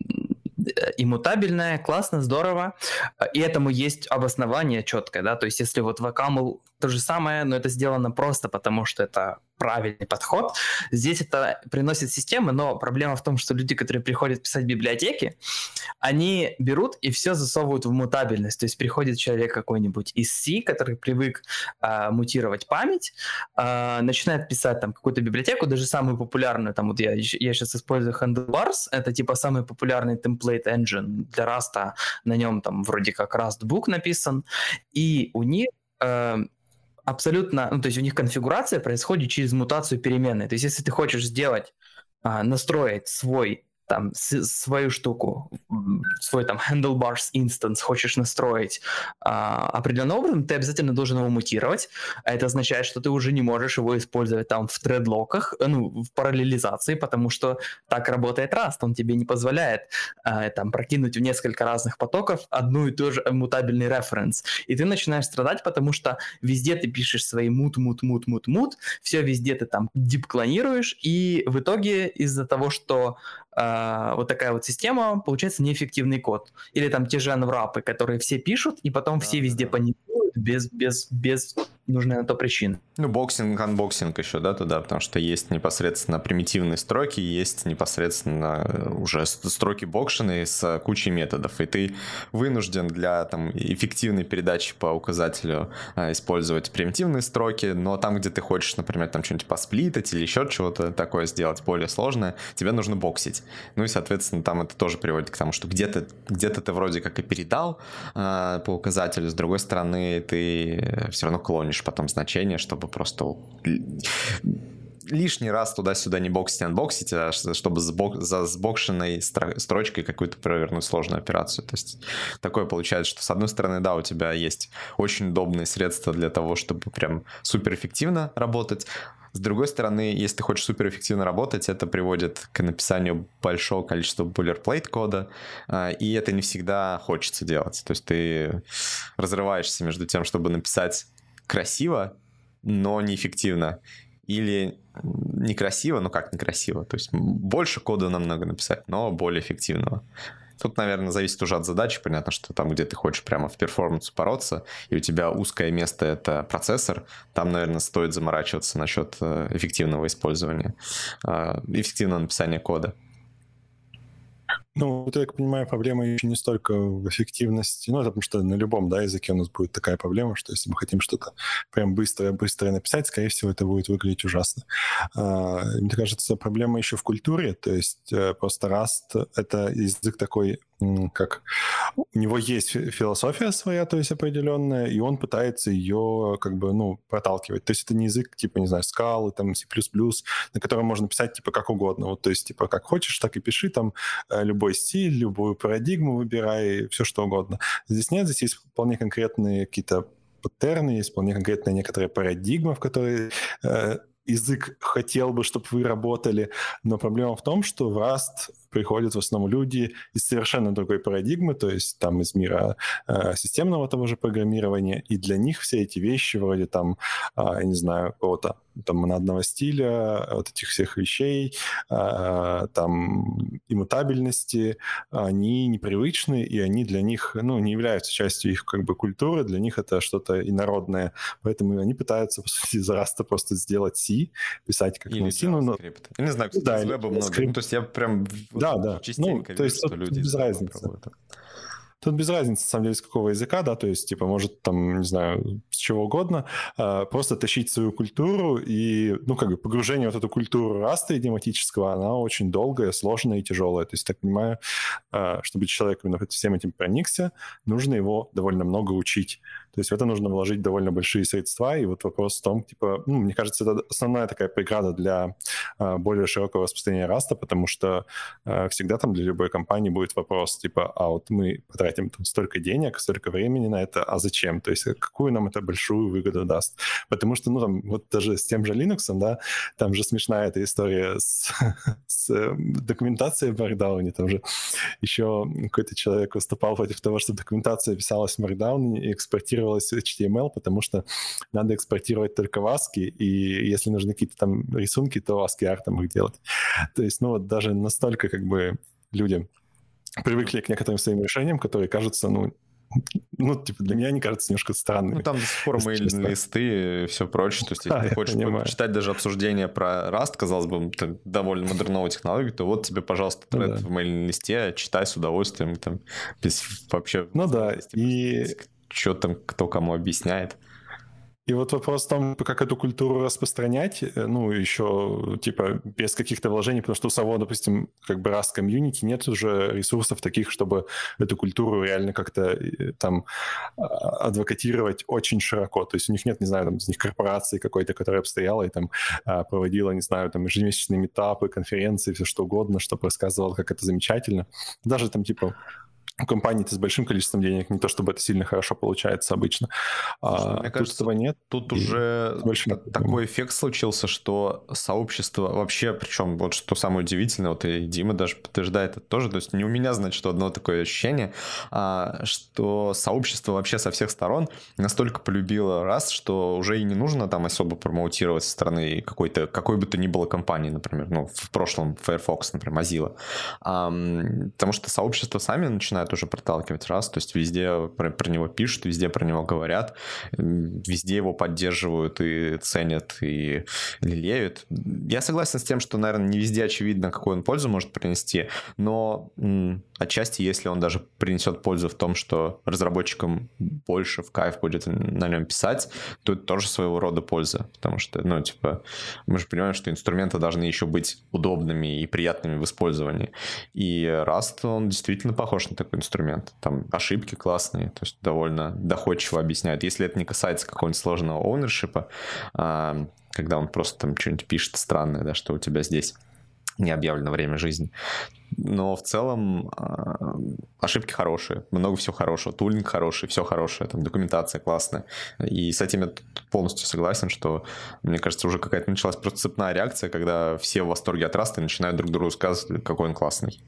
иммутабельное, классно, здорово, и этому есть обоснование четкое, да, то есть если вот в Акамл то же самое, но это сделано просто потому, что это правильный подход. Здесь это приносит системы, но проблема в том, что люди, которые приходят писать библиотеки, они берут и все засовывают в мутабельность. То есть приходит человек какой-нибудь из C, который привык э, мутировать память, э, начинает писать там какую-то библиотеку, даже самую популярную, там вот я, я сейчас использую Handlebars, это типа самый популярный template engine для Rust, на нем там вроде как Rustbook написан, и у них э, абсолютно, ну, то есть у них конфигурация происходит через мутацию переменной. То есть если ты хочешь сделать, а, настроить свой там с, свою штуку, свой там handlebars instance хочешь настроить а, определенным образом, ты обязательно должен его мутировать, а это означает, что ты уже не можешь его использовать там в тредлоках, ну, в параллелизации, потому что так работает Rust, он тебе не позволяет а, там прокинуть в несколько разных потоков одну и ту же мутабельный референс, и ты начинаешь страдать, потому что везде ты пишешь свои мут, мут, мут, мут, мут, все везде ты там дип-клонируешь, и в итоге из-за того, что Uh, вот такая вот система, получается неэффективный код. Или там те же анврапы, которые все пишут, и потом да, все везде да. паникуют без, без, без нужной на то причины. Ну, боксинг, анбоксинг еще, да, туда, потому что есть непосредственно примитивные строки, есть непосредственно уже строки бокшены с кучей методов, и ты вынужден для там эффективной передачи по указателю использовать примитивные строки, но там, где ты хочешь, например, там что-нибудь посплитать или еще чего-то такое сделать более сложное, тебе нужно боксить. Ну и, соответственно, там это тоже приводит к тому, что где-то, где-то ты вроде как и передал э, по указателю, с другой стороны, ты все равно клонишь потом значение, чтобы просто лишний раз туда-сюда не боксить, анбоксить, а чтобы за сбокшенной строчкой какую-то провернуть сложную операцию. То есть такое получается, что с одной стороны, да, у тебя есть очень удобные средства для того, чтобы прям суперэффективно работать. С другой стороны, если ты хочешь суперэффективно работать, это приводит к написанию большого количества boilerplate кода, и это не всегда хочется делать. То есть ты разрываешься между тем, чтобы написать красиво, но неэффективно, или некрасиво, но как некрасиво. То есть больше кода намного написать, но более эффективного. Тут, наверное, зависит уже от задачи. Понятно, что там, где ты хочешь прямо в перформанс бороться, и у тебя узкое место — это процессор, там, наверное, стоит заморачиваться насчет эффективного использования, эффективного написания кода. Ну, вот я так понимаю, проблема еще не столько в эффективности, ну, это потому что на любом, да, языке у нас будет такая проблема, что если мы хотим что-то прям быстро-быстро написать, скорее всего, это будет выглядеть ужасно. А, мне кажется, проблема еще в культуре, то есть просто Rust — это язык такой, как у него есть философия своя, то есть определенная, и он пытается ее как бы, ну, проталкивать. То есть это не язык, типа, не знаю, Scala, там, C++, на котором можно писать, типа, как угодно. Вот, то есть, типа, как хочешь, так и пиши, там, любой стиль, любую парадигму выбирай, все что угодно. Здесь нет, здесь есть вполне конкретные какие-то паттерны, есть вполне конкретная некоторая парадигма, в которой э, язык хотел бы, чтобы вы работали, но проблема в том, что в Rust приходят в основном люди из совершенно другой парадигмы, то есть там из мира э, системного того же программирования, и для них все эти вещи вроде там, э, я не знаю, какого-то там монадного стиля, вот этих всех вещей, э, там иммутабельности, они непривычны, и они для них, ну, не являются частью их как бы культуры, для них это что-то инородное, поэтому они пытаются, по сути, из Rust просто сделать C, писать как на C. Ну, я не знаю, кстати, да, из веба много. Ну, то есть я прям да, да. частенько ну, то вижу, есть что тут люди без разницы. пробуют. Тут без разницы, на самом деле, с какого языка, да, то есть, типа, может, там, не знаю, с чего угодно, э, просто тащить свою культуру, и, ну, как бы, погружение в вот эту культуру раста идиоматического, она очень долгая, сложная и тяжелая. То есть, так понимаю, э, чтобы человек именно всем этим проникся, нужно его довольно много учить. То есть в это нужно вложить довольно большие средства, и вот вопрос в том, типа, ну, мне кажется, это основная такая преграда для э, более широкого распространения раста, потому что э, всегда там для любой компании будет вопрос, типа, а вот мы потратим там столько денег, столько времени на это, а зачем? То есть какую нам это большую выгоду даст? Потому что, ну, там, вот даже с тем же Linux, да, там же смешная эта история с, с документацией в Markdown, там же еще какой-то человек выступал против того, что документация писалась в Markdown и экспортировалась эйч ти эм эл, потому что надо экспортировать только в ASCII, и если нужны какие-то там рисунки, то ASCII артом их делать. То есть, ну, вот даже настолько как бы люди привыкли к некоторым своим решениям, которые кажутся, ну, ну, типа, для меня они кажутся немножко странными. Ну, там до сих пор мейл-листы и все прочее. То есть, если да, ты хочешь почитать даже обсуждение про Rust, казалось бы, довольно модерновую технологию, то вот тебе, пожалуйста, тред ну, да. в мейл-листе, читай с удовольствием, там, без вообще... Ну да, и... Что там, кто кому объясняет. И вот вопрос в том, как эту культуру распространять, ну, еще, типа, без каких-то вложений, потому что у самого, допустим, как бы Rust комьюнити нет уже ресурсов таких, чтобы эту культуру реально как-то там адвокатировать очень широко. То есть у них нет, не знаю, там, из них корпорации какой-то, которая обстояла и там проводила, не знаю, там, ежемесячные митапы, конференции, все что угодно, чтобы рассказывала, как это замечательно. Даже там, типа, у компаний-то с большим количеством денег не то, чтобы это сильно хорошо получается обычно. Слушай, а, мне тут кажется, этого нет. Тут уже такой эффект случился, что сообщество вообще, причем вот что самое удивительное, вот и Дима даже подтверждает это тоже, то есть не у меня, значит, одно такое ощущение, а, что сообщество вообще со всех сторон настолько полюбило Rust, что уже и не нужно там особо промоутировать со стороны какой-то, какой бы то ни было компании, например, ну, в прошлом Firefox, например, Mozilla. А, потому что сообщество сами начинают уже проталкивать Rust, то есть везде про, про него пишут, везде про него говорят, везде его поддерживают и ценят, и лелеют. Я согласен с тем, что, наверное, не везде очевидно, какую он пользу может принести, но м- отчасти, если он даже принесет пользу в том, что разработчикам больше в кайф будет на нем писать, то это тоже своего рода польза, потому что, ну, типа, мы же понимаем, что инструменты должны еще быть удобными и приятными в использовании. И Rust, он действительно похож на такой инструмент. Там ошибки классные, то есть довольно доходчиво объясняет. Если это не касается какого-нибудь сложного оунершипа, когда он просто там что-нибудь пишет странное, да, что у тебя здесь не объявлено время жизни. Но в целом ошибки хорошие, много всего хорошего, тулинг хороший, все хорошее, там документация классная. И с этим я полностью согласен, что, мне кажется, уже какая-то началась просто цепная реакция, когда все в восторге от Rust и начинают друг другу рассказывать, какой он классный.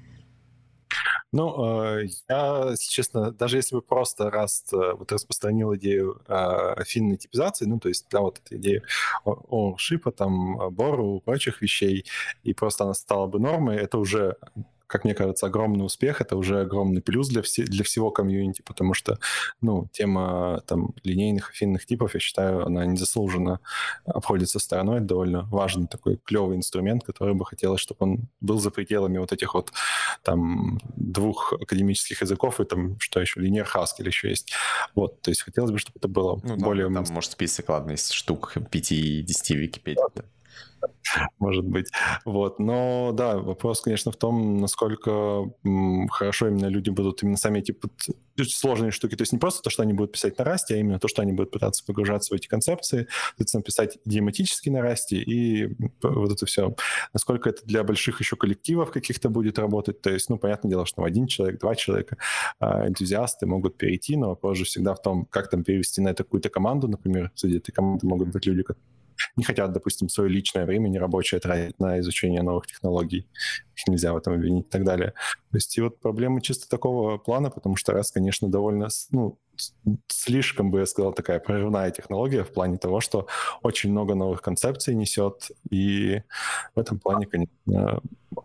Ну, я, если честно, даже если бы просто Rust вот распространил идею финной типизации, ну, то есть, да, вот эту идею ownership, там, бору, прочих вещей, и просто она стала бы нормой, это уже, как мне кажется, огромный успех, это уже огромный плюс для, все, для всего комьюнити, потому что, ну, тема там линейных афинных типов, я считаю, она незаслуженно обходится стороной, это довольно важный такой клевый инструмент, который бы хотелось, чтобы он был за пределами вот этих вот там двух академических языков и там, что еще, Linear Haskell еще есть. Вот, то есть хотелось бы, чтобы это было ну, более... Там, там, может, список, ладно, из штук пяти-десяти Википедий. Да. Может быть. Вот. Но да, вопрос, конечно, в том, насколько м, хорошо именно люди будут именно сами эти сложные штуки. То есть не просто то, что они будут писать на Rust, а именно то, что они будут пытаться погружаться в эти концепции, соответственно, писать идиоматически на Rust, и вот это все. Насколько это для больших еще коллективов каких-то будет работать. То есть, ну, понятное дело, что один человек, два человека, энтузиасты могут перейти, но вопрос же всегда в том, как там перевести на это какую-то команду, например, среди этой команды могут быть люди, которые не хотят, допустим, свое личное время нерабочее тратить на изучение новых технологий. Их нельзя в этом обвинить и так далее. То есть и вот проблемы чисто такого плана, потому что Rust, конечно, довольно, ну, слишком, бы я сказал, такая прорывная технология в плане того, что очень много новых концепций несет, и в этом плане, конечно,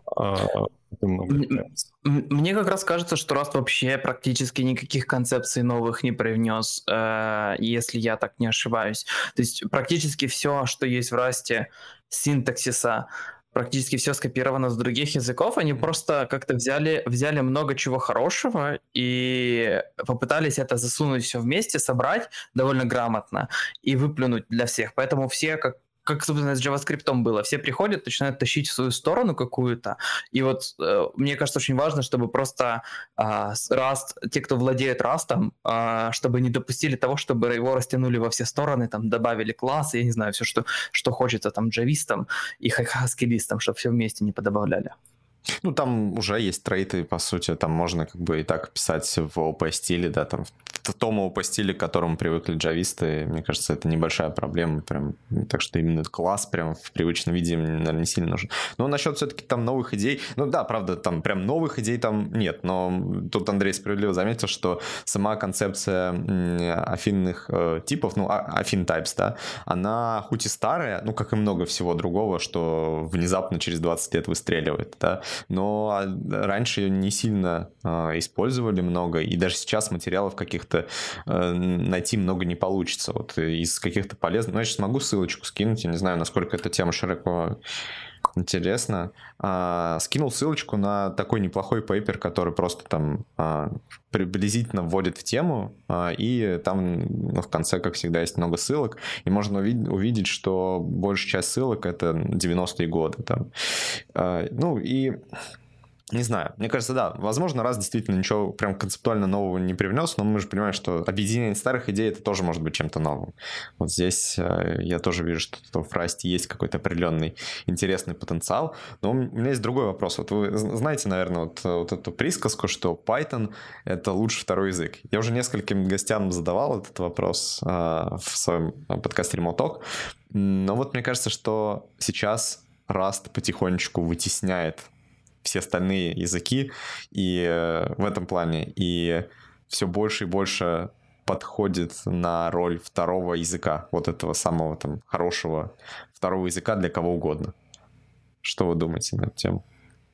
много. Мне как раз кажется, что Rust вообще практически никаких концепций новых не привнес, если я так не ошибаюсь. То есть практически все, что есть в Rust, синтаксиса, практически все скопировано с других языков, они просто как-то взяли, взяли много чего хорошего и попытались это засунуть все вместе, собрать довольно грамотно и выплюнуть для всех. Поэтому все, как как, собственно, с JavaScript было. Все приходят, начинают тащить в свою сторону какую-то. И вот э, мне кажется, очень важно, чтобы просто э, Rust, те, кто владеет Rust, э, чтобы не допустили того, чтобы его растянули во все стороны, там, добавили классы, я не знаю, все, что, что хочется, там, джавистам и хаскелистам, чтобы все вместе не подобавляли. Ну, там уже есть трейты, по сути, там можно как бы и так писать в о пи стиле, да, там в том о пи стиле, к которому привыкли джависты, мне кажется, это небольшая проблема, прям, так что именно класс прям в привычном виде, наверное, не сильно нужен. Но насчет все-таки там новых идей, ну да, правда, там прям новых идей там нет, но тут Андрей справедливо заметил, что сама концепция афинных э, типов, ну, афин types, да, она хоть и старая, ну, как и много всего другого, что внезапно через двадцать лет выстреливает, да, но раньше ее не сильно э, использовали много, и даже сейчас материалов каких-то э, найти много не получится. Вот из каких-то полезных... Ну, я сейчас могу ссылочку скинуть, я не знаю, насколько эта тема широко интересна. А, скинул ссылочку на такой неплохой пейпер, который просто там а, приблизительно вводит в тему, а, и там ну, в конце, как всегда, есть много ссылок, и можно увидеть, увидеть что большая часть ссылок — это девяностые годы. Там. А, ну и... Не знаю, мне кажется, да, возможно, Rust действительно ничего прям концептуально нового не привнес, но мы же понимаем, что объединение старых идей — это тоже может быть чем-то новым. Вот здесь э, я тоже вижу, что в Rust есть какой-то определенный интересный потенциал, но у меня есть другой вопрос. Вот вы знаете, наверное, вот, вот эту присказку, что Python — это лучший второй язык. Я уже нескольким гостям задавал этот вопрос э, в своем подкасте Remote Talk, но вот мне кажется, что сейчас Rust потихонечку вытесняет все остальные языки и э, в этом плане, и все больше и больше подходит на роль второго языка, вот этого самого там хорошего второго языка для кого угодно. Что вы думаете на эту тему?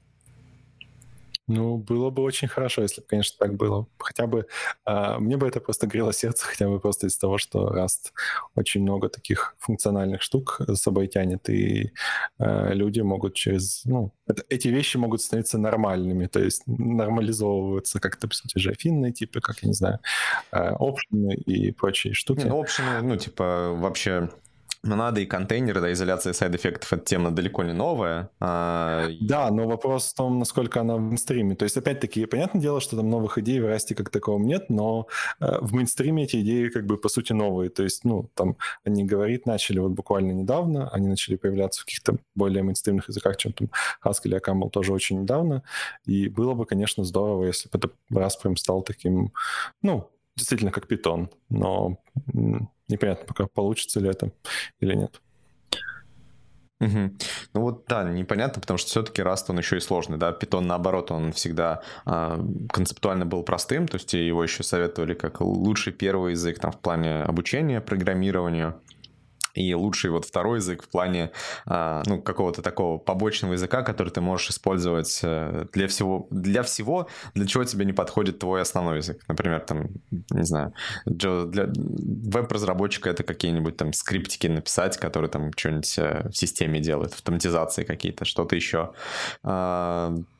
Ну, было бы очень хорошо, если бы, конечно, так было. Хотя бы, э, мне бы это просто грело сердце, хотя бы просто из-за того, что Rust очень много таких функциональных штук с собой тянет, и э, люди могут через... Ну, это, эти вещи могут становиться нормальными, то есть нормализовываться как-то, по сути же, афинные типы, как, я не знаю, э, опшены и прочие штуки. Не, ну, опшены, ну, типа, вообще... Монады и контейнеры, да, изоляция сайд-эффектов — это тема далеко не новая. А... Да, но вопрос в том, насколько она в мейнстриме. То есть, опять-таки, понятное дело, что там новых идей в Rust как таковом нет, но э, в мейнстриме эти идеи как бы по сути новые. То есть, ну, там они говорить начали вот буквально недавно, они начали появляться в каких-то более мейнстримных языках, чем там Haskell или Camel тоже очень недавно. И было бы, конечно, здорово, если бы это Rust прям стал таким, ну, действительно как Python, но непонятно пока, получится ли это или нет. Угу. Ну вот да, непонятно, потому что все-таки Rust, он еще и сложный, да, Python, наоборот, он всегда э, концептуально был простым, то есть его еще советовали как лучший первый язык там в плане обучения программированию, и лучший вот второй язык в плане а, ну, какого-то такого побочного языка, который ты можешь использовать для всего, для всего, для чего тебе не подходит твой основной язык. Например, там, не знаю, для веб-разработчика это какие-нибудь там скриптики написать, которые там что-нибудь в системе делают, автоматизации какие-то, что-то еще. А,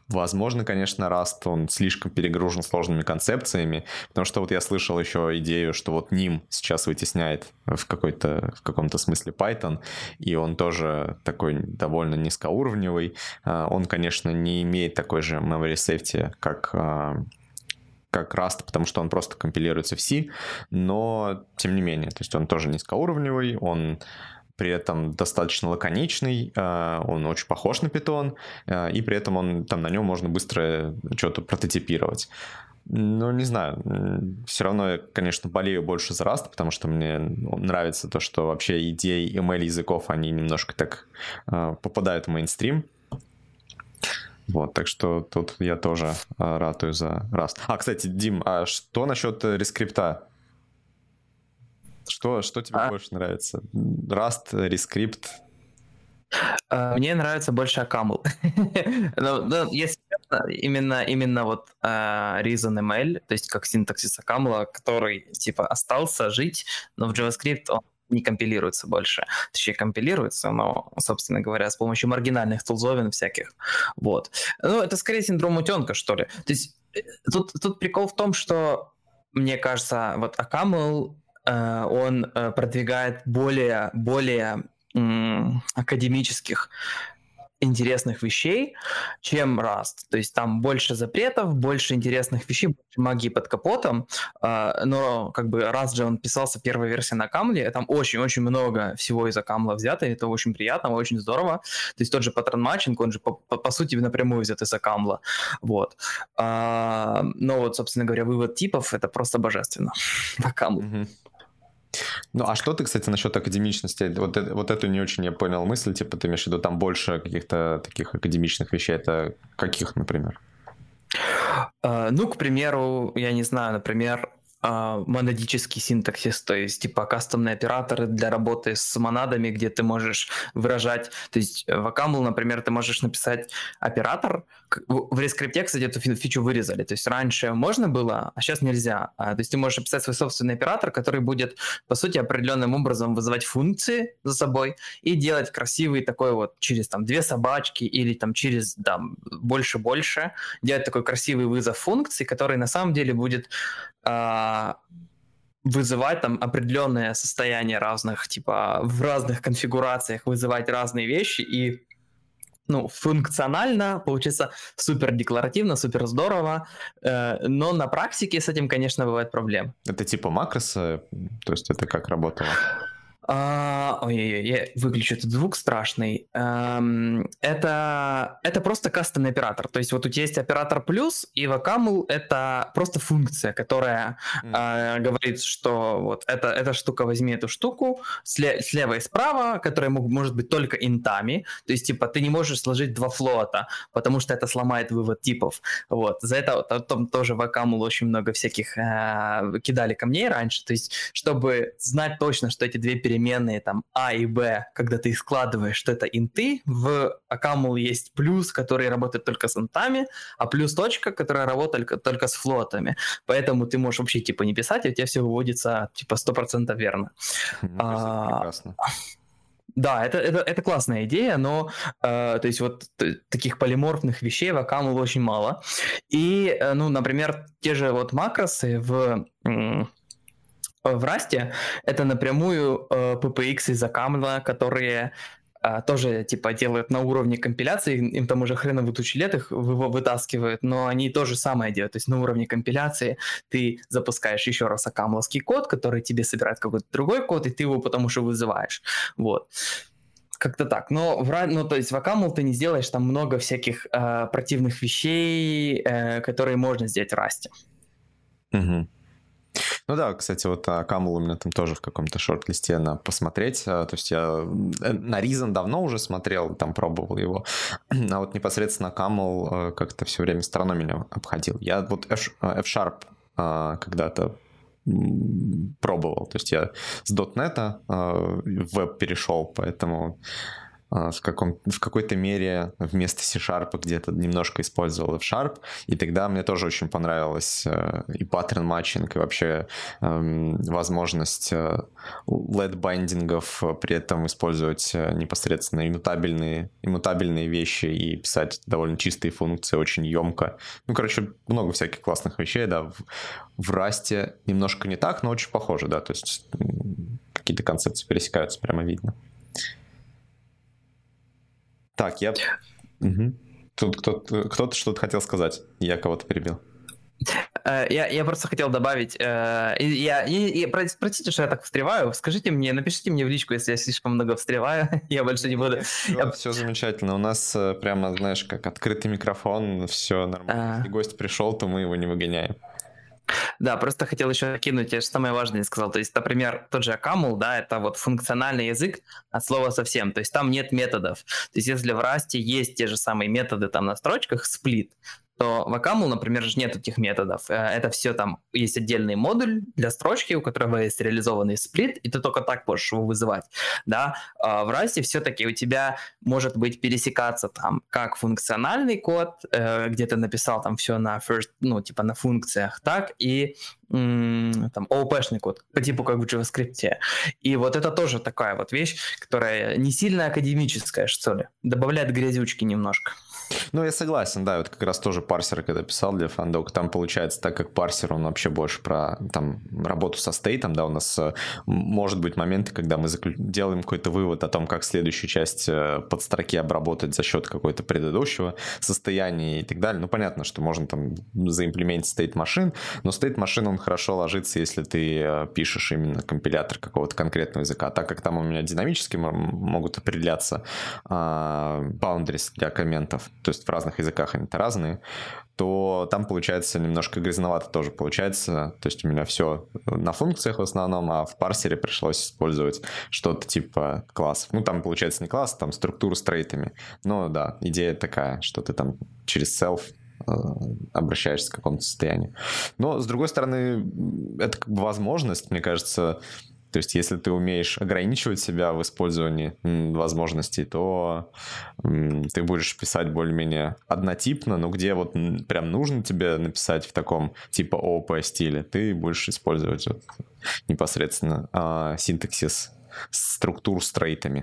Возможно, конечно, Rust, он слишком перегружен сложными концепциями, потому что вот я слышал еще идею, что вот ним сейчас вытесняет в, какой-то, в каком-то смысле Python, и он тоже такой довольно низкоуровневый. Он, конечно, не имеет такой же memory safety, как... как Rust, потому что он просто компилируется в C, но тем не менее, то есть он тоже низкоуровневый, он при этом достаточно лаконичный, он очень похож на Python, и при этом он, там, на нем можно быстро что-то прототипировать. Ну, не знаю, все равно я, конечно, болею больше за Rust, потому что мне нравится то, что вообще идеи эм эл-языков, они немножко так попадают в мейнстрим. Вот, так что тут я тоже ратую за Rust. А, кстати, Дим, а что насчет рескрипта? Что, что тебе а... больше нравится? Rust, Rescript? Мне нравится больше Акамл. но, но, если честно, именно, именно вот uh, ReasonML, то есть как синтаксис Акамла, который типа остался жить, но в JavaScript он не компилируется больше. Точнее, компилируется, но, собственно говоря, с помощью маргинальных тулзовин всяких. Вот. Ну, это скорее синдром утенка, что ли. То есть тут, тут прикол в том, что, мне кажется, вот Акамл, э, он э, продвигает более, более м- академических интересных вещей, чем Rust. То есть там больше запретов, больше интересных вещей, больше магии под капотом, но как бы Rust же он писался, первая версия на Камле, там очень-очень много всего из Акамла взято, и это очень приятно, очень здорово. То есть тот же паттерн матчинг, он же по, по, по сути напрямую взят из Акамла. Вот. Но вот, собственно говоря, вывод типов — это просто божественно. Акамл. Mm-hmm. Ну, а что ты, кстати, насчет академичности? Вот, вот эту не очень я понял мысль, типа ты имеешь в виду там больше каких-то таких академичных вещей, это каких, например? Uh, ну, к примеру, я не знаю, например, Uh, монадический синтаксис, то есть типа кастомные операторы для работы с монадами, где ты можешь выражать, то есть в Акамл, например, ты можешь написать оператор, в ReScript, кстати, эту фичу вырезали, то есть раньше можно было, а сейчас нельзя, uh, то есть ты можешь написать свой собственный оператор, который будет, по сути, определенным образом вызывать функции за собой и делать красивый такой вот через там две собачки или там через там больше-больше, делать такой красивый вызов функций, который на самом деле будет вызывать там определенное состояние разных, типа в разных конфигурациях вызывать разные вещи и ну, функционально получится супер декларативно, супер здорово, э, но на практике с этим, конечно, бывают проблемы. Это типа макросы, то есть это как работало? А, ой-ой-ой, я выключу этот звук страшный. Эм, это, это просто кастомный оператор. То есть вот у тебя есть оператор плюс, и в Акамл это просто функция, которая mm. э, говорит, что вот это, эта штука, возьми эту штуку сле- слева и справа, которая мог, может быть только интами. То есть типа ты не можешь сложить два флота, потому что это сломает вывод типов. Вот. За это там тоже в Акамл очень много всяких э, кидали камней раньше. То есть чтобы знать точно, что эти две переменные переменные там А и Б, когда ты их складываешь, что это инты, в Акамл есть плюс, который работает только с интами, а плюс точка, которая работает только, только с флотами. Поэтому ты можешь вообще типа не писать, и у тебя все выводится типа сто процентов верно. Ну, а, прекрасно. Да, это, это, это классная идея, но э, то есть вот т- таких полиморфных вещей в Акамл очень мало. И, э, ну, например, те же вот макросы в... М- В Rust это напрямую э, пи пи икс из Акамла, которые э, тоже типа делают на уровне компиляции, им там уже хреново тучи лет их вы, вытаскивают, но они то же самое делают. То есть на уровне компиляции ты запускаешь еще раз акамловский код, который тебе собирает какой-то другой код, и ты его потому что вызываешь. Вот. Как-то так. Но в, ну, то есть в Акамл ты не сделаешь там много всяких э, противных вещей, э, которые можно сделать в Rust. Угу. Ну да, кстати, вот Акамл у меня там тоже в каком-то шорт-листе на посмотреть. То есть я на Reason давно уже смотрел, там пробовал его. А вот непосредственно Акамл как-то все время стороной меня обходил. Я вот F-Sharp когда-то пробовал. То есть я с .дот нет в веб перешел, поэтому в, каком, в какой-то мере вместо C-Sharp где-то немножко использовал F-Sharp, и тогда мне тоже очень понравилось и pattern matching, и вообще возможность лед-байдингов, при этом использовать непосредственно иммутабельные, иммутабельные вещи и писать довольно чистые функции, очень емко. Ну, короче, много всяких классных вещей, да. В, в Rust немножко не так, но очень похоже, да, то есть какие-то концепции пересекаются, прямо видно. Так, я... Угу. Тут кто-то, кто-то что-то хотел сказать, я кого-то перебил. Я, я просто хотел добавить, я, я, я, простите, что я так встреваю, скажите мне, напишите мне в личку, если я слишком много встреваю, я больше не буду. Все, я... все замечательно, у нас прямо, знаешь, как открытый микрофон, все нормально. А... Если гость пришел, то мы его не выгоняем. Да, просто хотел еще накинуть, я же самое важное сказал, то есть, например, тот же Акамл, да, это вот функциональный язык от слова совсем, то есть там нет методов, то есть если в Rust есть те же самые методы там на строчках, сплит, то в Акамл, например, же нет этих методов. Это все там, есть отдельный модуль для строчки, у которого есть реализованный сплит, и ты только так можешь его вызывать, да. А в Rust все-таки у тебя может быть пересекаться там как функциональный код, где ты написал там все на first, ну, типа на функциях, так и м- там о о пи-шный код, по типу как в JavaScript. И вот это тоже такая вот вещь, которая не сильно академическая, что ли, добавляет грязючки немножко. Ну, я согласен, да, вот как раз тоже парсер, когда писал для Fundoc, там получается, так как парсер, он вообще больше про там работу со стейтом, да, у нас может быть моменты, когда мы заклю... делаем какой-то вывод о том, как следующую часть подстроки обработать за счет какой-то предыдущего состояния и так далее. Ну, понятно, что можно там заимплементить state machine, но state machine, он хорошо ложится, если ты пишешь именно компилятор какого-то конкретного языка, а так как там у меня динамически могут определяться boundaries для комментов, то есть в разных языках они-то разные, то там получается немножко грязновато тоже получается. То есть у меня все на функциях в основном, а в парсере пришлось использовать что-то типа классов. Ну, там получается не класс, там структуру с трейтами. Но да, идея такая, что ты там через self обращаешься к какому-то состоянию. Но, с другой стороны, это как бы возможность, мне кажется. То есть, если ты умеешь ограничивать себя в использовании возможностей, то ты будешь писать более-менее однотипно, но где вот прям нужно тебе написать в таком типа о о пи стиле, ты будешь использовать вот непосредственно а, синтаксис структур с трейтами.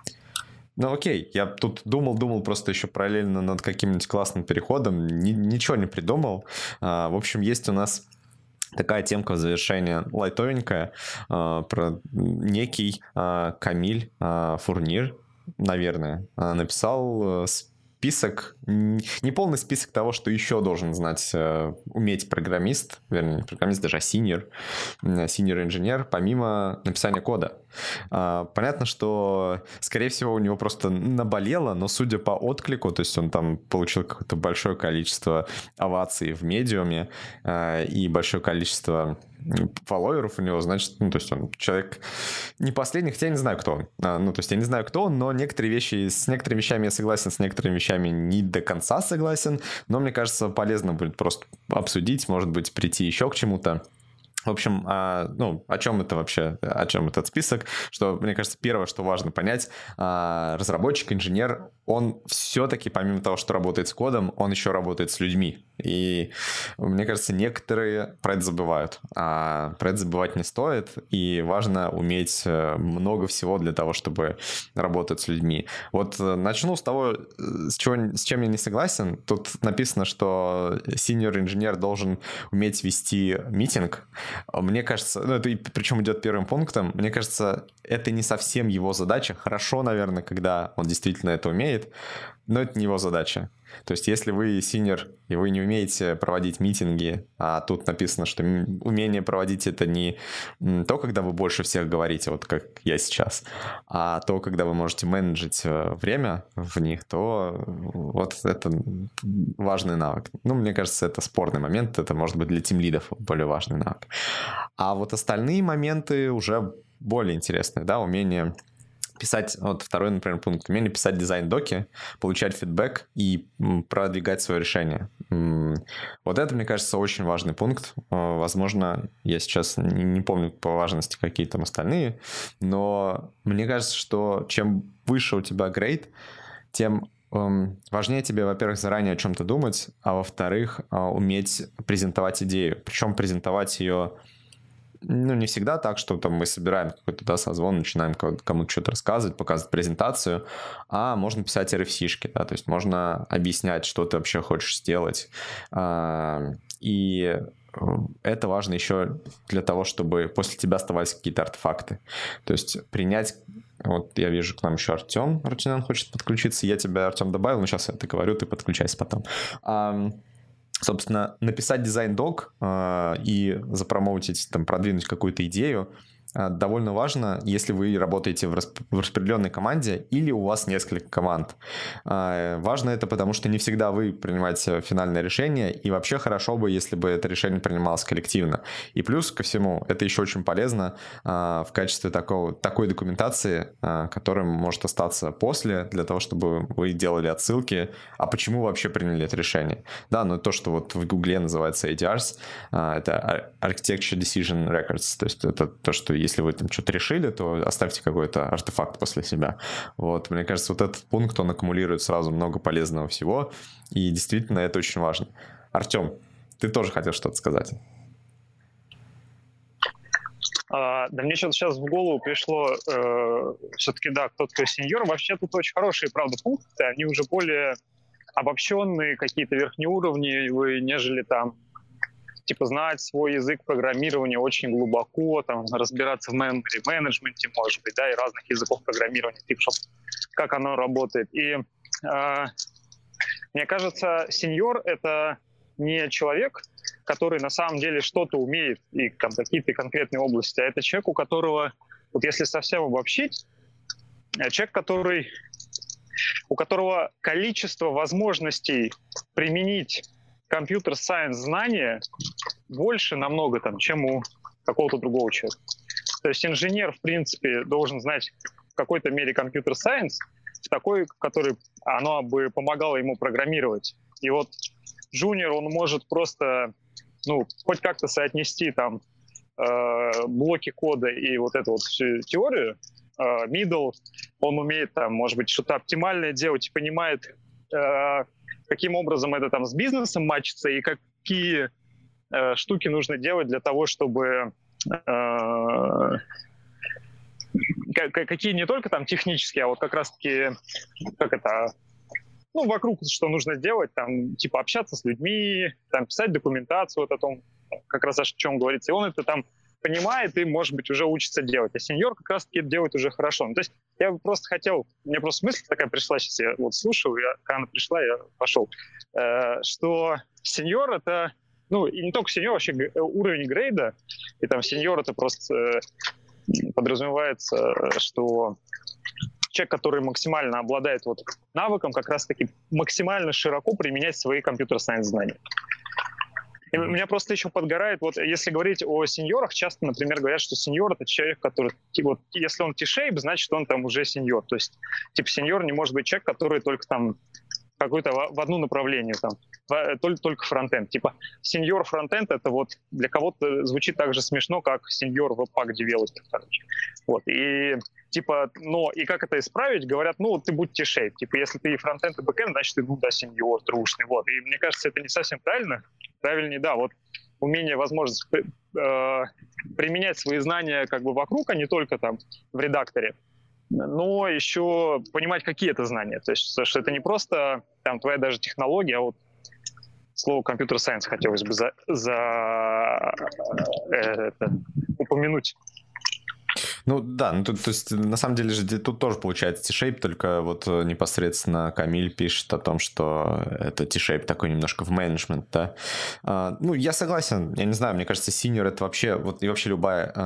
Ну окей, я тут думал-думал просто еще параллельно над каким-нибудь классным переходом, Ни- ничего не придумал. А, в общем, есть у нас такая темка в завершение лайтовенькая э, про некий э, Камиль э, Фурнир, наверное, э, написал э, список, не полный список того, что еще должен знать, э, уметь программист, вернее, не программист, даже а senior, senior инженер, помимо написания кода. Э, понятно, что, скорее всего, у него просто наболело, но судя по отклику, то есть он там получил какое-то большое количество оваций в медиуме э, и большое количество фолловеров у него, значит, ну, то есть он человек не последний, хотя я не знаю, кто он. А, ну, то есть я не знаю, кто он, но некоторые вещи, с некоторыми вещами я согласен, с некоторыми вещами не до конца согласен, но мне кажется, полезно будет просто обсудить, может быть, прийти еще к чему-то. В общем, а, ну, о чем это вообще, о чем этот список? Что, мне кажется, первое, что важно понять, а, разработчик, инженер, он все-таки, помимо того, что работает с кодом, он еще работает с людьми. И мне кажется, некоторые про это забывают. А про это забывать не стоит, и важно уметь много всего для того, чтобы работать с людьми. Вот начну с того, с, чего, с чем я не согласен. Тут написано, что senior инженер должен уметь вести митинг. Мне кажется, ну, это причем идет первым пунктом, мне кажется, это не совсем его задача. Хорошо, наверное, когда он действительно это умеет, но это не его задача. То есть, если вы синьор, и вы не умеете проводить митинги, а тут написано, что умение проводить это не то, когда вы больше всех говорите, вот как я сейчас, а то, когда вы можете менеджить время в них, то вот это важный навык. Ну, мне кажется, это спорный момент, это может быть для тимлидов более важный навык. А вот остальные моменты уже более интересные, да, умение писать, вот второй, например, пункт, умение писать дизайн-доки, получать фидбэк и продвигать свое решение. Вот это, мне кажется, очень важный пункт. Возможно, я сейчас не, не помню по важности какие там остальные, но мне кажется, что чем выше у тебя грейд, тем важнее тебе, во-первых, заранее о чем-то думать, а во-вторых, уметь презентовать идею. Причем презентовать ее, ну, не всегда так, что там мы собираем какой-то, да, созвон, начинаем кому-то что-то рассказывать, показывать презентацию, а можно писать эр эф си-шки, да, то есть можно объяснять, что ты вообще хочешь сделать. И это важно еще для того, чтобы после тебя оставались какие-то артефакты. То есть принять... Вот я вижу, к нам еще Артем Артемян хочет подключиться. Я тебя, Артем, добавил, но сейчас я это говорю, ты подключайся потом. А, собственно, написать дизайн-дог а, и запромоутить, там, продвинуть какую-то идею а, довольно важно, если вы работаете в, расп- в распределенной команде или у вас несколько команд. А, важно это, потому что не всегда вы принимаете финальное решение, и вообще хорошо бы, если бы это решение принималось коллективно. И плюс ко всему, это еще очень полезно а, в качестве такого, такой документации, а, которая может остаться после, для того, чтобы вы делали отсылки, а почему вы вообще приняли это решение. Да, но то, что вот в Гугле называется эй ди арс, а, это Architecture Decision Records, то есть это то, что если вы там что-то решили, то оставьте какой-то артефакт после себя. Вот, мне кажется, вот этот пункт, он аккумулирует сразу много полезного всего, и действительно это очень важно. Артем, ты тоже хотел что-то сказать? А, да мне что-то сейчас в голову пришло, э, все-таки, да, кто такой сеньор. Вообще тут очень хорошие, правда, пункты, они уже более обобщенные, какие-то верхнеуровневые, нежели там типа знать свой язык программирования очень глубоко, там, разбираться в memory менеджменте, может быть, да, и разных языков программирования, типа, чтоб, как оно работает. И э, мне кажется, сеньор — это не человек, который на самом деле что-то умеет и там какие-то конкретные области, а это человек, у которого, вот если совсем обобщить, человек, который, у которого количество возможностей применить компьютер-сайенс знания больше намного, там, чем у какого-то другого человека. То есть инженер, в принципе, должен знать в какой-то мере компьютер-сайенс, в такой, который оно бы помогало ему программировать. И вот джуниор, он может просто, ну, хоть как-то соотнести там э, блоки кода и вот эту вот всю теорию. Э, middle, он умеет там, может быть, что-то оптимальное делать и понимает, э, каким образом это там с бизнесом матчится и какие э, штуки нужно делать для того, чтобы э, какие не только там технические, а вот как раз-таки как это, ну, вокруг что нужно делать, там, типа общаться с людьми, там, писать документацию вот о том, как раз о чем говорится. И он это там понимает и, может быть, уже учится делать. А сеньор как раз-таки это делает уже хорошо. Ну, то есть я просто хотел, мне просто мысль такая пришла, сейчас я вот слушал, я, когда она пришла, я пошел, э, что сеньор — это, ну, и не только сеньор, вообще уровень грейда, и там сеньор — это просто э, подразумевается, что человек, который максимально обладает вот навыком как раз-таки максимально широко применять свои компьютер-сайенс знания. И у меня просто еще подгорает, вот если говорить о сеньорах, часто, например, говорят, что сеньор — это человек, который, вот, если он T-shape, значит, он там уже сеньор. То есть, типа, сеньор не может быть человек, который только там какой-то в, в одну направление, там, в, только, только фронтенд. Типа, сеньор фронтенд — это вот для кого-то звучит так же смешно, как сеньор веб-пак девелопер, короче. Вот, и типа, но, и как это исправить? Говорят, ну, вот ты будь T-shape. Типа, если ты и фронтенд, и бэкэнд, значит, ты, ну, да, сеньор, трушный, вот. И мне кажется, это не совсем правильно. Правильнее, да, вот умение, возможность э, применять свои знания как бы вокруг, а не только там в редакторе, но еще понимать, какие это знания. То есть, что это не просто там твоя даже технология, а вот слово компьютер-сайенс хотелось бы за, за э, это, упомянуть. Ну да, ну, то, то есть на самом деле же тут тоже получается T-shape, только вот непосредственно Камиль пишет о том, что это T-shape такой немножко в менеджмент, да. А, ну, я согласен, я не знаю, мне кажется, senior — это вообще, вот и вообще любая... А,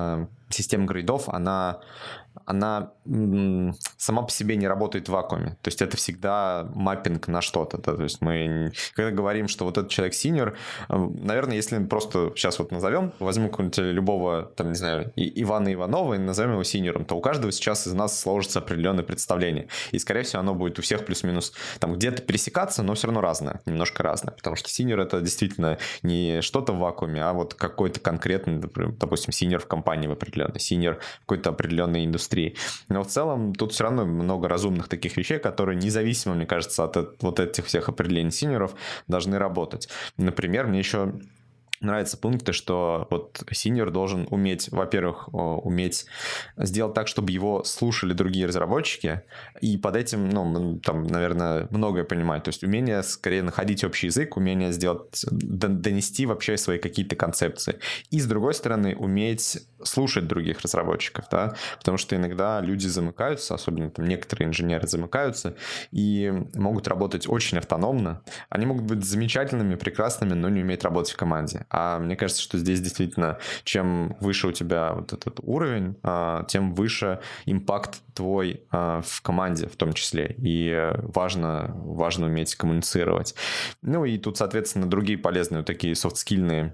система грейдов, она, она м, сама по себе не работает в вакууме. То есть это всегда маппинг на что-то. Да? То есть мы, когда говорим, что вот этот человек синьор, наверное, если просто сейчас вот назовем, возьму какого-нибудь любого, там, не знаю, И- Ивана Иванова и назовем его синьором, то у каждого сейчас из нас сложится определенное представление. И, скорее всего, оно будет у всех плюс-минус там где-то пересекаться, но все равно разное, немножко разное. Потому что синьор — это действительно не что-то в вакууме, а вот какой-то конкретный, допустим, синьор в компании в определенной, синьор в какой-то определенной индустрии. Но в целом тут все равно много разумных таких вещей, которые независимо, мне кажется, от вот этих всех определений синьоров должны работать. Например, мне еще нравятся пункты, что вот синьор должен уметь, во-первых, уметь сделать так, чтобы его слушали другие разработчики, и под этим, ну, там, наверное, многое понимать. То есть умение скорее находить общий язык, умение сделать, донести вообще свои какие-то концепции. И, с другой стороны, уметь слушать других разработчиков, да, потому что иногда люди замыкаются, особенно там некоторые инженеры замыкаются, и могут работать очень автономно. Они могут быть замечательными, прекрасными, но не уметь работать в команде. А мне кажется, что здесь действительно, чем выше у тебя вот этот уровень, тем выше импакт твой в команде в том числе. И важно, важно уметь коммуницировать. Ну и тут, соответственно, другие полезные вот такие софт-скильные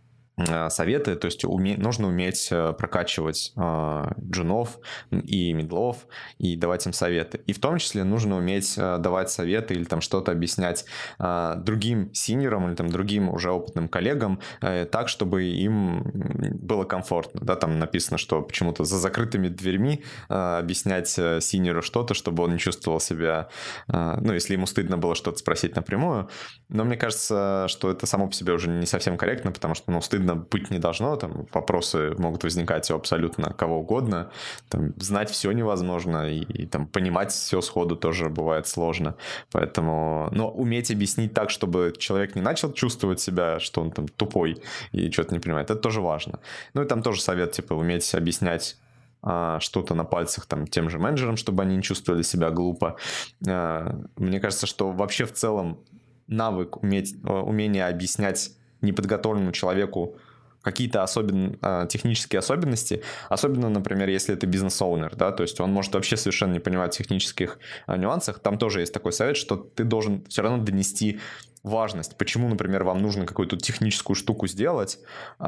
советы, то есть уме... нужно уметь прокачивать э, джунов и мидлов и давать им советы. И в том числе нужно уметь э, давать советы или там что-то объяснять э, другим синьорам или там другим уже опытным коллегам э, так, чтобы им было комфортно. Да, там написано, что почему-то за закрытыми дверьми э, объяснять э, синьору что-то, чтобы он не чувствовал себя, э, ну, если ему стыдно было что-то спросить напрямую. Но мне кажется, что это само по себе уже не совсем корректно, потому что, ну, стыдно быть не должно, там вопросы могут возникать у абсолютно кого угодно, там, знать все невозможно, и, и там понимать все сходу тоже бывает сложно, поэтому, но уметь объяснить так, чтобы человек не начал чувствовать себя, что он там тупой и что-то не понимает, это тоже важно. Ну и там тоже совет, типа, уметь объяснять а, что-то на пальцах там тем же менеджерам, чтобы они не чувствовали себя глупо. А, мне кажется, что вообще в целом навык, уметь, умение объяснять неподготовленному человеку какие-то особен... технические особенности, особенно, например, если это бизнес-оунер, да, то есть он может вообще совершенно не понимать в технических нюансах, там тоже есть такой совет, что ты должен все равно донести важность, почему, например, вам нужно какую-то техническую штуку сделать,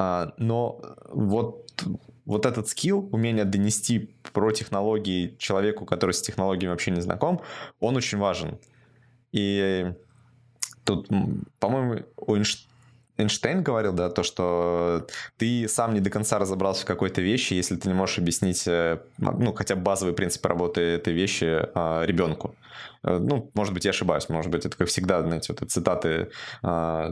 но вот, вот этот скилл, умение донести про технологии человеку, который с технологиями вообще не знаком, он очень важен. И тут, по-моему, у Эйнштейна Эйнштейн говорил, да, то, что ты сам не до конца разобрался в какой-то вещи, если ты не можешь объяснить, ну, хотя бы базовые принципы работы этой вещи а, ребенку. Ну, может быть, я ошибаюсь, может быть, это как всегда, знаете, вот цитаты а,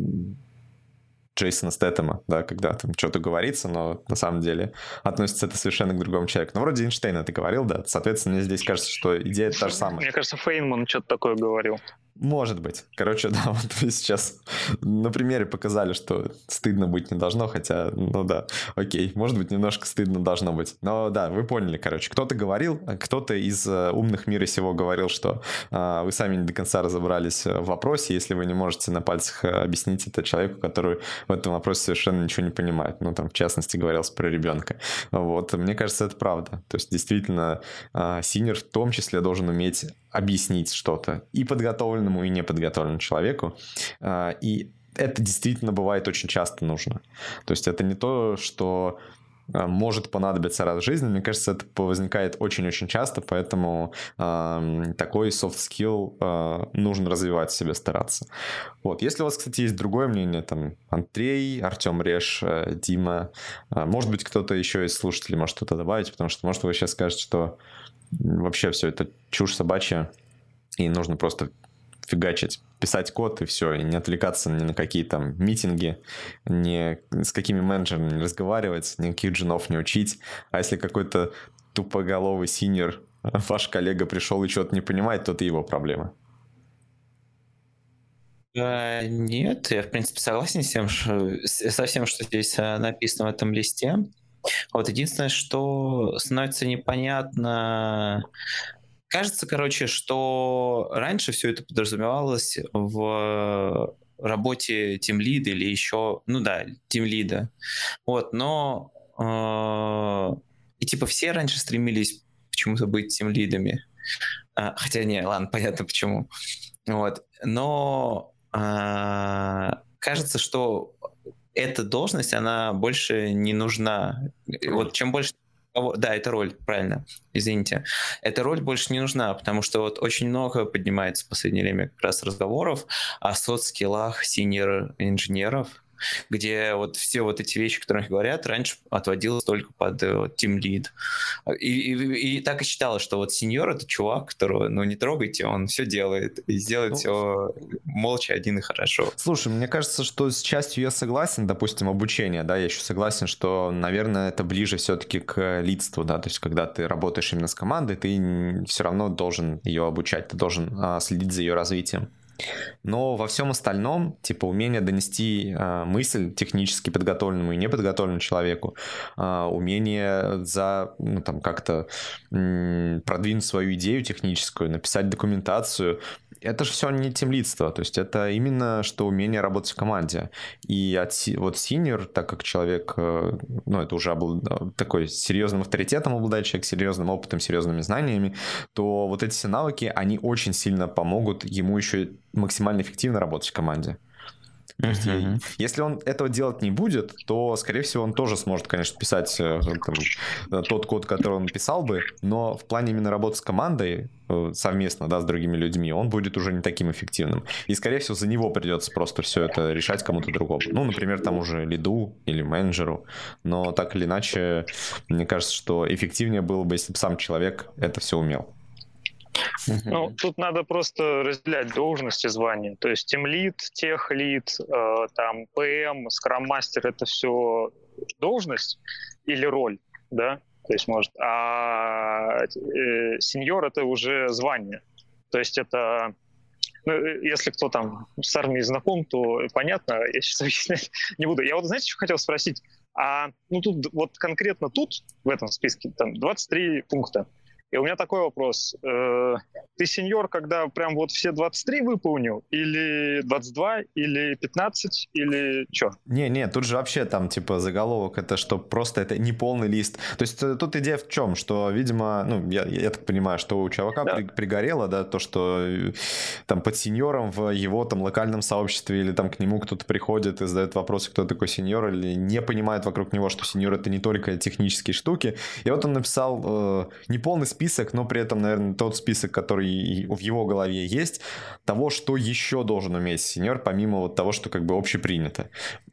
Джейсона Стэтэма, да, когда там что-то говорится, но на самом деле относится это совершенно к другому человеку. Но вроде Эйнштейн это говорил, да, соответственно, мне здесь кажется, что идея та же самая. Мне кажется, Фейнман что-то такое говорил. Может быть. Короче, да, вот вы сейчас на примере показали, что стыдно быть не должно, хотя, ну да, окей, может быть, немножко стыдно должно быть. Но да, вы поняли, короче, кто-то говорил, кто-то из умных мира сего говорил, что а, вы сами не до конца разобрались в вопросе, если вы не можете на пальцах объяснить это человеку, который в этом вопросе совершенно ничего не понимает. Ну, там, в частности, говорилось про ребенка. Вот, мне кажется, это правда. То есть, действительно, а, синьор в том числе должен уметь объяснить что-то и подготовленному, и неподготовленному человеку. И это действительно бывает очень часто нужно. То есть это не то, что может понадобиться раз в жизни. Мне кажется, это возникает очень-очень часто, поэтому э, такой soft skill э, нужно развивать в себе, стараться. Вот. Если у вас, кстати, есть другое мнение, там, Андрей, Артем Реш, э, Дима, э, может быть, кто-то еще из слушателей может что-то добавить, потому что, может, вы сейчас скажете, что вообще все это чушь собачья, и нужно просто фигачить, писать код и все, и не отвлекаться ни на какие там митинги, ни с какими менеджерами не разговаривать, никаких джунов не учить. А если какой-то тупоголовый синьор, ваш коллега пришел и что-то не понимает, то это его проблема. Uh, нет, я в принципе согласен с тем, что, со всем, что здесь написано в этом листе. Вот единственное, что становится непонятно, кажется, короче, что раньше все это подразумевалось в работе тимлида или еще, ну да, тимлида. Вот, но и типа все раньше стремились почему-то быть тимлидами. Хотя не, ладно, понятно почему. Вот. Но кажется, что эта должность, она больше не нужна. Вот чем больше... Да, это роль, правильно, извините. Эта роль больше не нужна, потому что вот очень много поднимается в последнее время как раз разговоров о софт-скиллах синьор-инженеров, где вот все вот эти вещи, которые говорят, раньше отводилось только под team lead. И, и, и так и считалось, что вот сеньор — это чувак, которого, ну, не трогайте, он все делает, и сделает ну, все молча, один и хорошо. Слушай, мне кажется, что с частью я согласен, допустим, обучение, да, я еще согласен, что, наверное, это ближе все-таки к лидству, да, то есть когда ты работаешь именно с командой, ты все равно должен ее обучать, ты должен а, следить за ее развитием. Но во всем остальном, типа умение донести э, мысль технически подготовленному и неподготовленному человеку, э, умение за, ну, там, как-то м- продвинуть свою идею техническую, написать документацию, это же все не тимлидство, то есть это именно что умение работать в команде. И от, вот синьор, так как человек, э, ну, это уже облад... такой серьезным авторитетом обладает человек, серьезным опытом, серьезными знаниями, то вот эти все навыки, они очень сильно помогут ему еще максимально эффективно работать в команде. То есть, uh-huh. если он этого делать не будет, то, скорее всего, он тоже сможет, конечно, писать там, тот код, который он писал бы, но в плане именно работы с командой совместно, да, с другими людьми, он будет уже не таким эффективным. И, скорее всего, за него придется просто все это решать кому-то другому. Ну, например, тому же лиду или менеджеру. Но так или иначе, мне кажется, что эффективнее было бы, если бы сам человек это все умел. Ну, тут надо просто разделять должности, звания. То есть тимлид, техлид, э, там ПМ, скрам-мастер — это все должность или роль, да? То есть, может, а э, сеньор — это уже звание. То есть это, ну, если кто там с армией знаком, то понятно, я сейчас объяснять не буду. Я вот, знаете, что хотел спросить? А ну тут вот конкретно тут, в этом списке, там двадцать три пункта. И у меня такой вопрос. Ты сеньор, когда прям вот все двадцать три выполнил? Или двадцать два? Или пятнадцать? Или что? Не-не, тут же вообще там типа заголовок, это что просто это не полный лист. То есть тут идея в чем? Что, видимо, ну, я, я так понимаю, что у чувака да. при, пригорело, да, то, что там под сеньором в его там локальном сообществе или там к нему кто-то приходит и задает вопросы, кто такой сеньор, или не понимает вокруг него, что сеньор — это не только технические штуки. И вот он написал э, не полный список, но при этом, наверное, тот список, который в его голове есть, того, что еще должен уметь сеньор, помимо вот того, что как бы общепринято.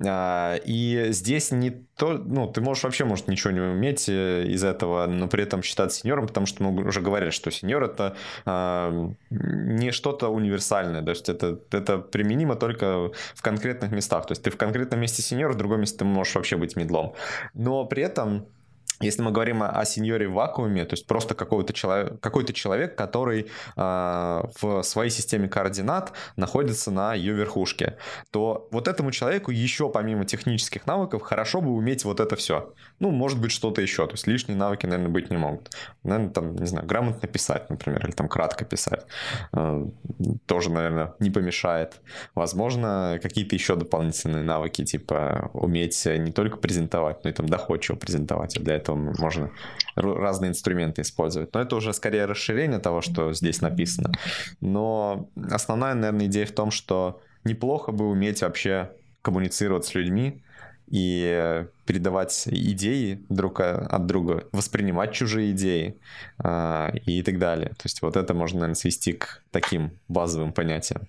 И здесь не то, ну, ты можешь вообще, может, ничего не уметь из этого, но при этом считаться сеньором, потому что мы уже говорили, что сеньор — это а, не что-то универсальное, то есть это, это применимо только в конкретных местах. То есть ты в конкретном месте сеньор, в другом месте ты можешь вообще быть мидлом. Но при этом если мы говорим о, о сеньоре в вакууме, то есть просто какой-то человек, какой-то человек, который э, в своей системе координат находится на ее верхушке, то вот этому человеку еще помимо технических навыков хорошо бы уметь вот это все. Ну, может быть, что-то еще. То есть лишние навыки, наверное, быть не могут. Наверное, там, не знаю, грамотно писать, например, или там кратко писать. Э, тоже, наверное, не помешает. Возможно, какие-то еще дополнительные навыки, типа уметь не только презентовать, но и там доходчиво презентовать. А для этого можно разные инструменты использовать. Но это уже скорее расширение того, что здесь написано. Но основная, наверное, идея в том, что неплохо бы уметь вообще коммуницировать с людьми и передавать идеи друг от друга, воспринимать чужие идеи и так далее. То есть вот это можно, наверное, свести к таким базовым понятиям.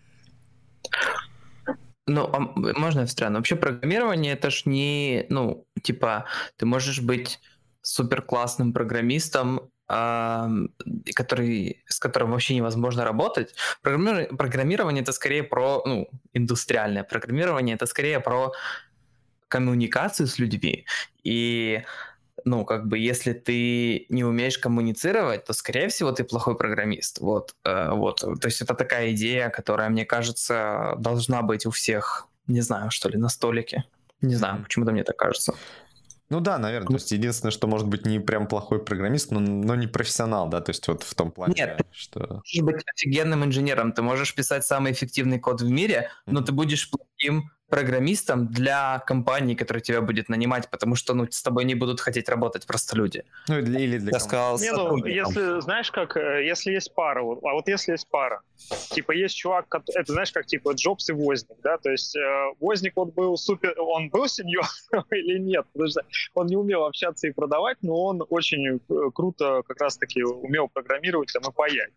Ну, а можно я встряну? Вообще программирование — это ж не, ну, типа, ты можешь быть супер классным программистом, э, который, с которым вообще невозможно работать. Программи- программирование — это скорее про, ну, индустриальное программирование, это скорее про коммуникацию с людьми. И, ну, как бы, если ты не умеешь коммуницировать, то, скорее всего, ты плохой программист. Вот, э, вот. То есть это такая идея, которая, мне кажется, должна быть у всех, не знаю, что ли, на столике. Не знаю, почему-то мне так кажется. Ну да, наверное. То есть единственное, что может быть не прям плохой программист, но, но не профессионал, да, то есть вот в том плане, Нет, что... ты можешь быть офигенным инженером, ты можешь писать самый эффективный код в мире, но ты будешь плохим программистом для компании, которая тебя будет нанимать, потому что, ну, с тобой не будут хотеть работать просто люди. Ну, или, или для Я сказал, Не, ну, если, знаешь, как, э, если есть пара, вот, а вот если есть пара, типа, есть чувак, кот- это, знаешь, как, типа, Джобс и Возник, да, то есть э, Возник вот был супер, он был сеньором или нет, потому что он не умел общаться и продавать, но он очень э, круто как раз-таки умел программировать там и паять.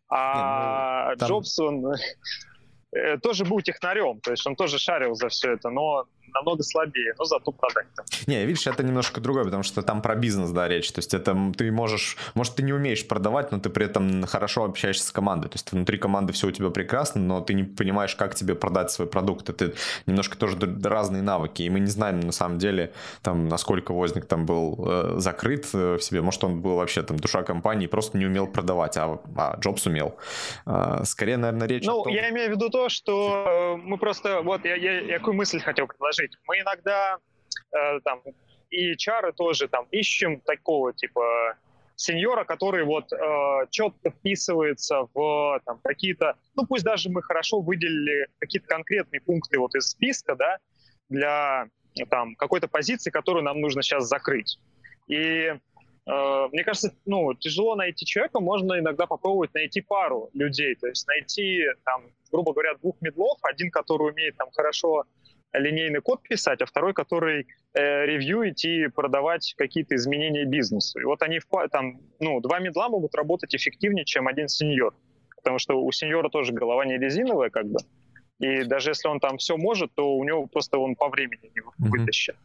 А Не, ну, там- Джобс, он э, тоже был технарем, то есть он тоже шарил за все это, но намного слабее, но зато продать. Не, видишь, это немножко другое, потому что там про бизнес, да, речь. То есть это ты можешь, может, ты не умеешь продавать, но ты при этом хорошо общаешься с командой. То есть внутри команды все у тебя прекрасно, но ты не понимаешь, как тебе продать свой продукт. Это немножко тоже разные навыки. И мы не знаем, на самом деле, там, насколько Возник там был э, закрыт в себе. Может, он был вообще там душа компании, просто не умел продавать, а, а Джобс умел. А, скорее, наверное, речь Ну, о том... я имею в виду то, что э, мы просто... Вот, я, я, я какую мысль хотел предложить. Мы иногда, э, там, и эйч ар тоже, там, ищем такого, типа, сеньора, который вот э, четко вписывается в, там, какие-то... Ну, пусть даже мы хорошо выделили какие-то конкретные пункты вот из списка, да, для, там, какой-то позиции, которую нам нужно сейчас закрыть. И... Мне кажется, ну, тяжело найти человека, можно иногда попробовать найти пару людей, то есть найти, там, грубо говоря, двух медлов, один, который умеет там хорошо линейный код писать, а второй, который э, ревьюить и продавать какие-то изменения бизнесу. И вот они, в, там, ну, два медла могут работать эффективнее, чем один сеньор, потому что у сеньора тоже голова не резиновая, как бы, и даже если он там все может, то у него просто он по времени не вытащит.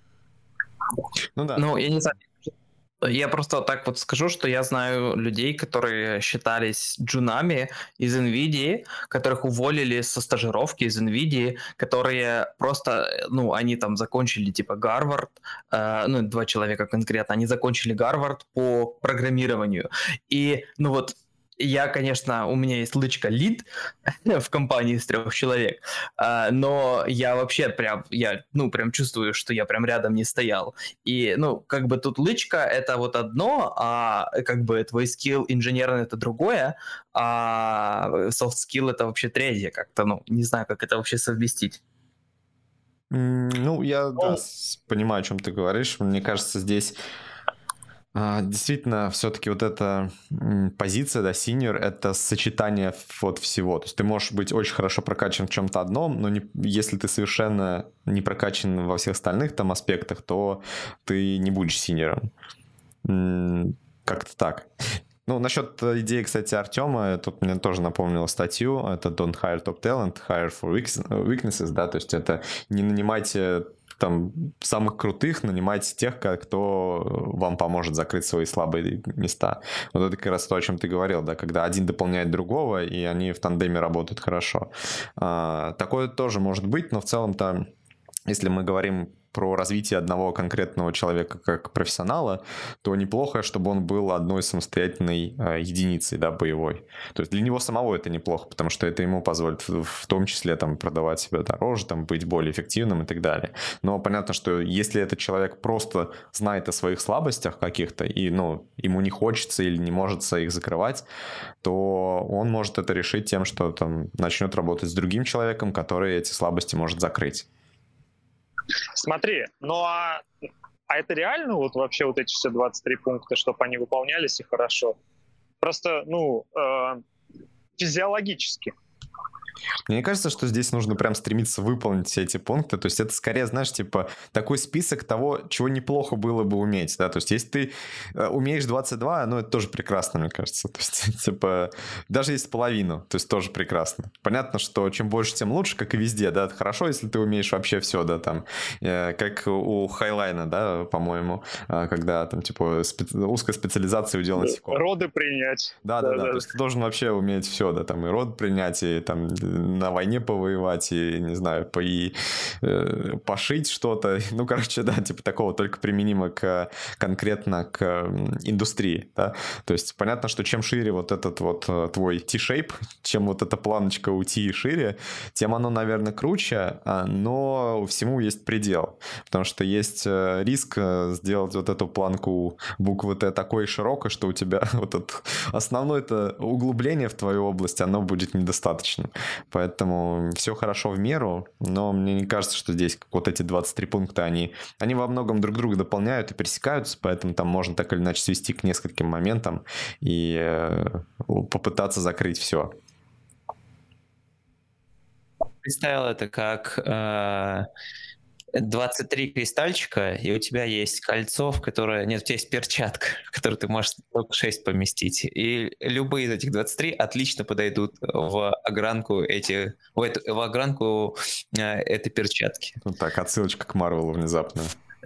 Ну да. Ну, я не знаю. Я просто так вот скажу, что я знаю людей, которые считались джунами из NVIDIA, которых уволили со стажировки из NVIDIA, которые просто, ну, они там закончили типа Гарвард, э, ну, два человека конкретно, они закончили Гарвард по программированию. И, ну вот, я, конечно, у меня есть лычка лид в компании из трех человек, но я вообще прям, я, ну, прям чувствую, что я прям рядом не стоял. И, ну, как бы тут лычка — это вот одно, а как бы твой скилл инженерный — это другое, а soft skill — это вообще третье как-то, ну, не знаю, как это вообще совместить. Ну, я, да, понимаю, о чем ты говоришь. Мне кажется, здесь... Действительно, все-таки вот эта позиция, да, senior, это сочетание вот всего. То есть ты можешь быть очень хорошо прокачан в чем-то одном, но не, если ты совершенно не прокачан во всех остальных там аспектах, то ты не будешь синьором. Как-то так. Ну, насчет идеи, кстати, Артема, тут мне тоже напомнила статью, это Don't hire top talent, hire for weaknesses, да, то есть это не нанимайте там самых крутых, нанимайте тех, кто вам поможет закрыть свои слабые места. Вот это как раз то, о чем ты говорил, да, когда один дополняет другого, и они в тандеме работают хорошо. А, такое тоже может быть, но в целом-то, если мы говорим про развитие одного конкретного человека как профессионала, то неплохо, чтобы он был одной самостоятельной э, единицей, да, боевой. То есть для него самого это неплохо, потому что это ему позволит в, в том числе там продавать себя дороже, там, быть более эффективным и так далее. Но понятно, что если этот человек просто знает о своих слабостях каких-то и, ну, ему не хочется или не может их закрывать, то он может это решить тем, что там начнет работать с другим человеком, который эти слабости может закрыть. Смотри, ну а, а это реально вот вообще вот эти все двадцать три пункта, чтобы они выполнялись и хорошо? Просто, ну, э, физиологически. Мне кажется, что здесь нужно прям стремиться выполнить все эти пункты. То есть это скорее, знаешь, типа такой список того, чего неплохо было бы уметь, да. То есть если ты умеешь двадцать два, ну это тоже прекрасно, мне кажется. То есть типа даже если половину, то есть тоже прекрасно. Понятно, что чем больше, тем лучше, как и везде, да. Это хорошо, если ты умеешь вообще все, да, там, как у Хайлайна, да, по-моему, когда там типа специ... узкая специализация удел насекомых. Роды принять. Да, да, да. То есть ты должен вообще уметь все, да, там и род принять, и там на войне повоевать, и, не знаю, по, и, э, пошить что-то. Ну, короче, да, типа такого, только применимо к, конкретно к индустрии, да. То есть понятно, что чем шире вот этот вот твой T-shape, чем вот эта планочка у T шире, тем оно, наверное, круче, но всему есть предел. Потому что есть риск сделать вот эту планку буквы Т такой широкой, что у тебя вот это основное это углубление в твою область, оно будет недостаточно. Поэтому все хорошо в меру, но мне не кажется, что здесь вот эти двадцать три пункта, они, они во многом друг друга дополняют и пересекаются, поэтому там можно так или иначе свести к нескольким моментам и э, попытаться закрыть все. Представил это как э, двадцать три кристальчика, и у тебя есть кольцо, в которое... Нет, у тебя есть перчатка, в которую ты можешь только шесть поместить. И любые из этих двадцати трёх отлично подойдут в огранку, эти, в, эту, в огранку э, этой перчатки. Вот так, отсылочка к Марвелу внезапно.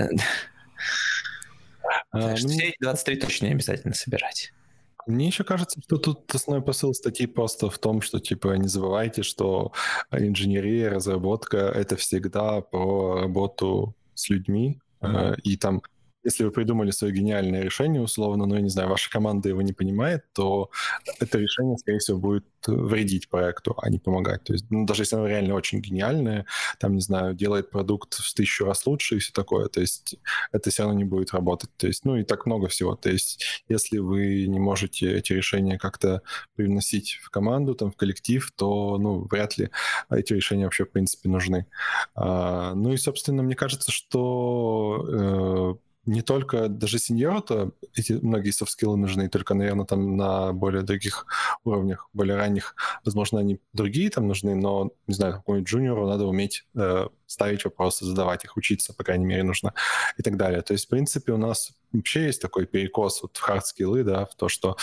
Так что все эти двадцать три точно не обязательно собирать. Мне еще кажется, что тут основной посыл статьи просто в том, что, типа, не забывайте, что инженерия, разработка — это всегда про работу с людьми, mm-hmm. и там, если вы придумали свое гениальное решение, условно, но, я не знаю, ваша команда его не понимает, то это решение, скорее всего, будет вредить проекту, а не помогать. То есть, ну, даже если оно реально очень гениальное, там, не знаю, делает продукт в тысячу раз лучше и все такое, то есть это все равно не будет работать. То есть, ну, и так много всего. То есть, если вы не можете эти решения как-то привносить в команду, там, в коллектив, то, ну, вряд ли эти решения вообще, в принципе, нужны. А, ну и, собственно, мне кажется, что... Э, не только даже сеньору-то эти многие софт-скиллы нужны, только, наверное, там на более других уровнях, более ранних, возможно, они другие там нужны, но, не знаю, какому-нибудь джуниору надо уметь э, ставить вопросы, задавать их, учиться, по крайней мере, нужно и так далее. То есть, в принципе, у нас вообще есть такой перекос вот в хард-скиллы, да, в то, что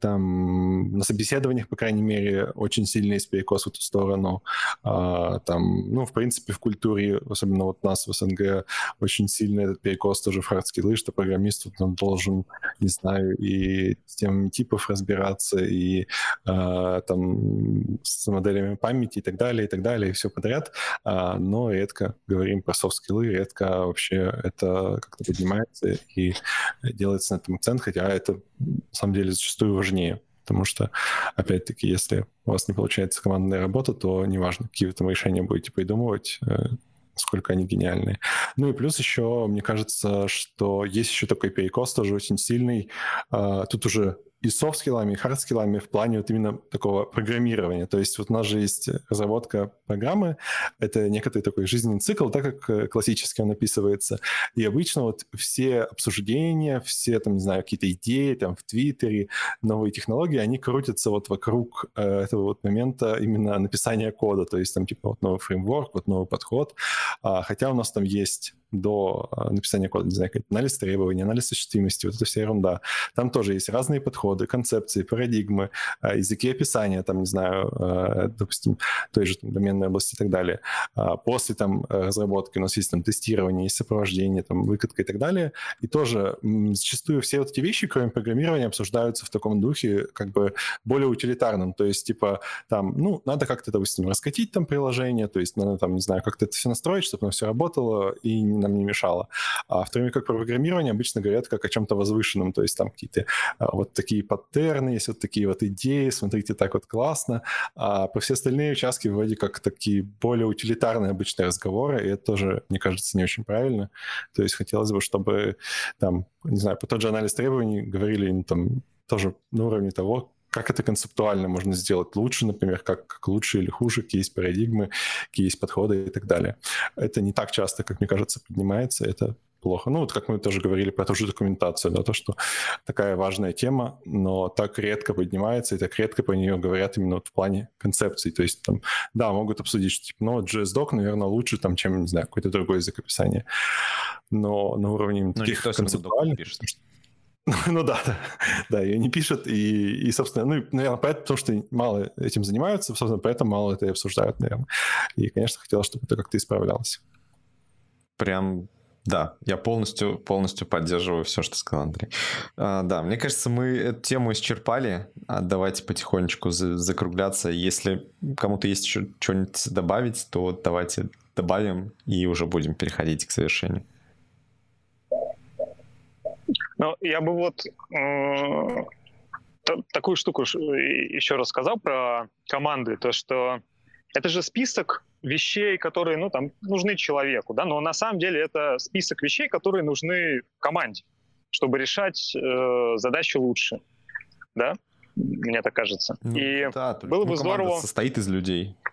там на собеседованиях, по крайней мере, очень сильный есть перекос в эту сторону. А, там, ну, в принципе, в культуре, особенно вот у нас в СНГ, очень сильный этот перекос тоже в хард-скиллы, что программист вот, он должен, не знаю, и с темами типов разбираться, и а, там с моделями памяти и так далее, и так далее, и все подряд. А, но редко говорим про софт-скиллы, редко вообще это как-то поднимается и делается на этом акцент, хотя это на самом деле зачастую важнее, потому что, опять-таки, если у вас не получается командная работа, то неважно, какие вы там решения будете придумывать, насколько они гениальные. Ну и плюс еще, мне кажется, что есть еще такой перекос тоже очень сильный. Тут уже и софт-скиллами, и хард-скиллами в плане вот именно такого программирования. То есть вот у нас же есть разработка программы, это некоторый такой жизненный цикл, так как классически он описывается. И обычно вот все обсуждения, все там, не знаю, какие-то идеи там в Твиттере, новые технологии, они крутятся вот вокруг э, этого вот момента именно написания кода. То есть там типа вот новый фреймворк, вот новый подход. А, хотя у нас там есть до написания кода, не знаю, анализ требований, анализ осуществимости, вот эта вся ерунда. Там тоже есть разные подходы, концепции, парадигмы, языки описания, там, не знаю, допустим, той же там, доменной области и так далее. После там разработки у нас есть там тестирование, есть сопровождение, там, выкатка и так далее. И тоже зачастую все вот эти вещи, кроме программирования, обсуждаются в таком духе, как бы более утилитарном. То есть, типа, там, ну, надо как-то, допустим, раскатить там приложение, то есть надо там, не знаю, как-то это все настроить, чтобы оно все работало и нам не мешало. А в то время как про программирование обычно говорят как о чем-то возвышенном, то есть там какие-то а, вот такие паттерны, есть вот такие вот идеи, смотрите, так вот классно. А про все остальные участки вроде как такие более утилитарные обычные разговоры, и это тоже, мне кажется, не очень правильно. То есть хотелось бы, чтобы там, не знаю, по тот же анализ требований говорили ну, там тоже на уровне того, как это концептуально можно сделать лучше, например, как, как лучше или хуже, какие есть парадигмы, какие есть подходы и так далее. Это не так часто, как мне кажется, поднимается, это плохо. Ну, вот как мы тоже говорили про ту же документацию, да, то, что такая важная тема, но так редко поднимается, и так редко про нее говорят именно вот в плане концепций. То есть там, да, могут обсудить, что типа, ну, джей эс-док, наверное, лучше, там, чем, не знаю, какой-то другой язык описания. Но на уровне ну, таких концептуальных... Ну да, да, да, ее не пишут, и, и, собственно, ну, наверное, поэтому, потому что мало этим занимаются, собственно, поэтому мало это и обсуждают, наверное. И, конечно, хотелось, чтобы это как-то исправлялось. Прям, да, я полностью, полностью поддерживаю все, что сказал Андрей. А, да, мне кажется, мы эту тему исчерпали, а давайте потихонечку за- закругляться. Если кому-то есть еще что-нибудь добавить, то давайте добавим и уже будем переходить к завершению. Ну, я бы вот э, т- такую штуку еще рассказал про команды, то, что это же список вещей, которые, ну, там, нужны человеку, да, но на самом деле это список вещей, которые нужны команде, чтобы решать э, задачи лучше, да, мне так кажется. Ну, И да, было ну, бы команда здорово... состоит из людей.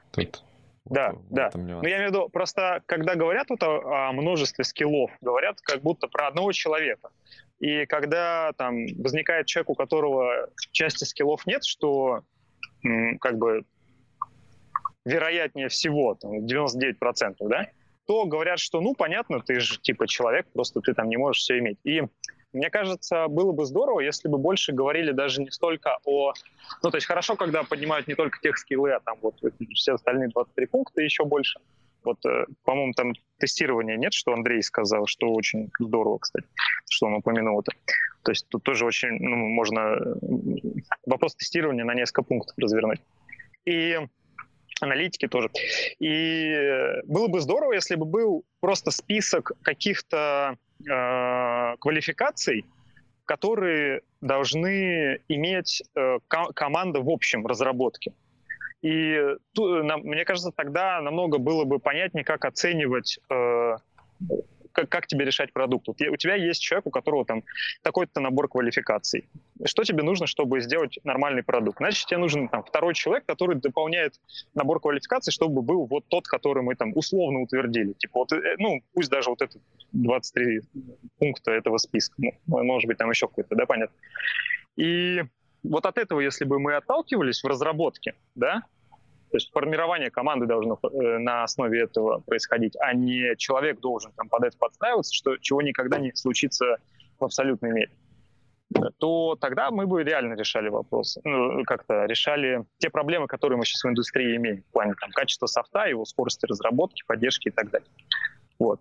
Тут Да, вот, да. Но я имею в виду, просто когда говорят вот о, о множестве скиллов, говорят как будто про одного человека. И когда там возникает человек, у которого части скиллов нет, что м, как бы вероятнее всего, там, девяносто девять процентов, да, то говорят, что, ну, понятно, ты же типа человек, просто ты там не можешь все иметь. И мне кажется, было бы здорово, если бы больше говорили даже не столько о... Ну, то есть хорошо, когда поднимают не только тех скиллы, а там вот все остальные двадцать три пункта еще больше. Вот, по-моему, там тестирования нет, что Андрей сказал, что очень здорово, кстати, что он упомянул это. То есть тут тоже очень, ну, можно вопрос тестирования на несколько пунктов развернуть. И аналитики тоже. И было бы здорово, если бы был просто список каких-то э, квалификаций, которые должны иметь э, ко- команда в общем разработке. И ту, нам, мне кажется, тогда намного было бы понятнее, как оценивать, э, как, как тебе решать продукт. Вот у тебя есть человек, у которого там такой-то набор квалификаций. Что тебе нужно, чтобы сделать нормальный продукт? Значит, тебе нужен там второй человек, который дополняет набор квалификаций, чтобы был вот тот, который мы там условно утвердили. Типа вот, ну, пусть даже вот это двадцать три пункта этого списка. Ну, может быть, там еще какой-то, да, понятно. И вот от этого, если бы мы отталкивались в разработке, да, то есть формирование команды должно на основе этого происходить, а не человек должен там под это подстраиваться, что, чего никогда не случится в абсолютной мере, то тогда мы бы реально решали вопросы, ну, как-то решали те проблемы, которые мы сейчас в индустрии имеем, в плане там, качества софта, его скорости разработки, поддержки и так далее. Вот.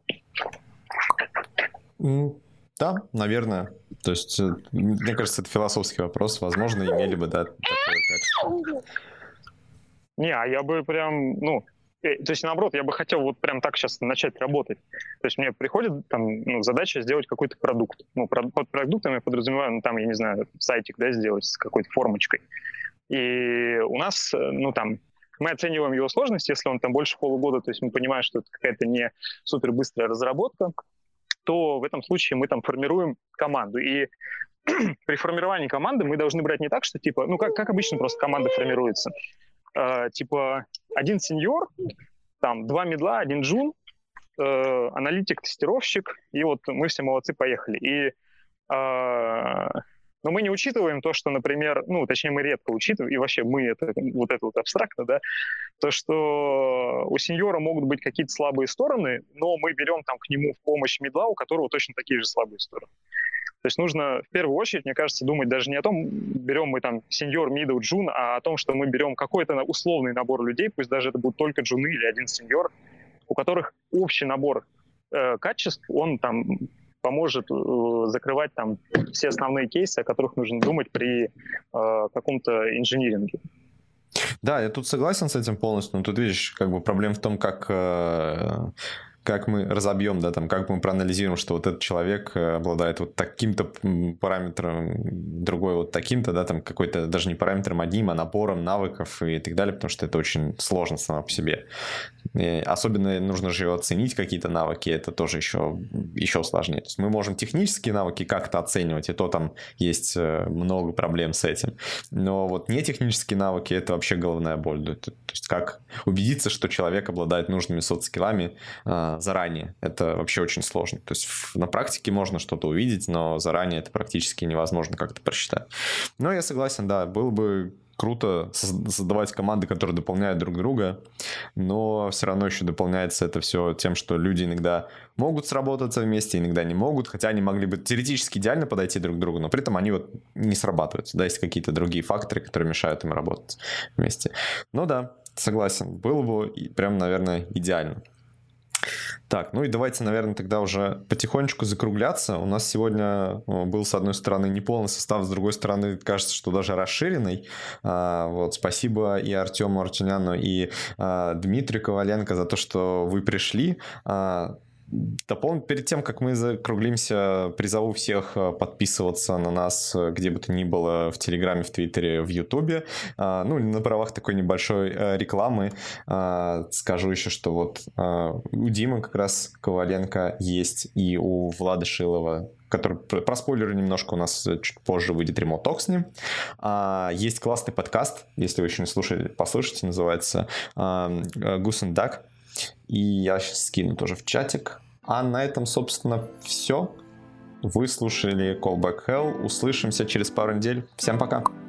Да, наверное. То есть, мне кажется, это философский вопрос. Возможно, имели бы, да, такое качество. Не, а я бы прям, ну, э, то есть наоборот, я бы хотел вот прям так сейчас начать работать. То есть мне приходит там, ну, задача сделать какой-то продукт. Ну, про, под продуктом я подразумеваю, ну, там, я не знаю, сайтик, да, сделать с какой-то формочкой. И у нас, ну, там, мы оцениваем его сложность, если он там больше полугода, то есть мы понимаем, что это какая-то не супербыстрая разработка, то в этом случае мы там формируем команду. И при формировании команды мы должны брать не так, что типа, ну, как, как обычно просто команда формируется. Uh, типа один сеньор, там два мидла, один джун, uh, аналитик, тестировщик, и вот мы все молодцы, поехали. И, uh, но мы не учитываем то, что, например, ну, точнее, мы редко учитываем, и вообще мы, это, вот это вот абстрактно, да, то, что у сеньора могут быть какие-то слабые стороны, но мы берем там к нему в помощь мидла, у которого точно такие же слабые стороны. То есть нужно в первую очередь, мне кажется, думать даже не о том, берем мы там сеньор, мидл, джун, а о том, что мы берем какой-то условный набор людей, пусть даже это будут только джуны или один сеньор, у которых общий набор э, качеств, он там поможет э, закрывать там все основные кейсы, о которых нужно думать при э, каком-то инжиниринге. Да, я тут согласен с этим полностью, но тут, видишь, как бы проблема в том, как... Э... как мы разобьем, да, там, как мы проанализируем, что вот этот человек обладает вот таким-то параметром, другой вот таким-то, да, там, какой-то даже не параметром одним, а набором навыков и так далее, потому что это очень сложно само по себе. И особенно нужно же оценить какие-то навыки, это тоже еще, еще сложнее. То есть мы можем технические навыки как-то оценивать, и то там есть много проблем с этим. Но вот не технические навыки, это вообще головная боль. То есть как убедиться, что человек обладает нужными софт-скиллами заранее. Это вообще очень сложно. То есть на практике можно что-то увидеть, но заранее это практически невозможно как-то просчитать. Но я согласен, да, было бы круто создавать команды, которые дополняют друг друга, но все равно еще дополняется это все тем, что люди иногда могут сработаться вместе, иногда не могут, хотя они могли бы теоретически идеально подойти друг к другу, но при этом они вот не срабатываются. Да, есть какие-то другие факторы, которые мешают им работать вместе. Ну да, согласен, было бы прям, наверное, идеально. Так, ну и давайте, наверное, тогда уже потихонечку закругляться. У нас сегодня был, с одной стороны, неполный состав, с другой стороны, кажется, что даже расширенный. А, вот, спасибо и Артему Артюняну, и а, Дмитрию Коваленко за то, что вы пришли. А, Допол... Перед тем, как мы закруглимся, призову всех подписываться на нас где бы то ни было, в Телеграме, в Твиттере, в Ютубе. Ну, на правах такой небольшой рекламы скажу еще, что вот у Димы как раз Коваленко есть, и у Влада Шилова, который, про спойлеры немножко, у нас чуть позже выйдет Remote Talk с ним. Есть классный подкаст, если вы еще не слушали, послушайте, называется Goose and Duck. И я сейчас скину тоже в чатик. А на этом, собственно, все. Вы слушали Callback Hell. Услышимся через пару недель. Всем пока.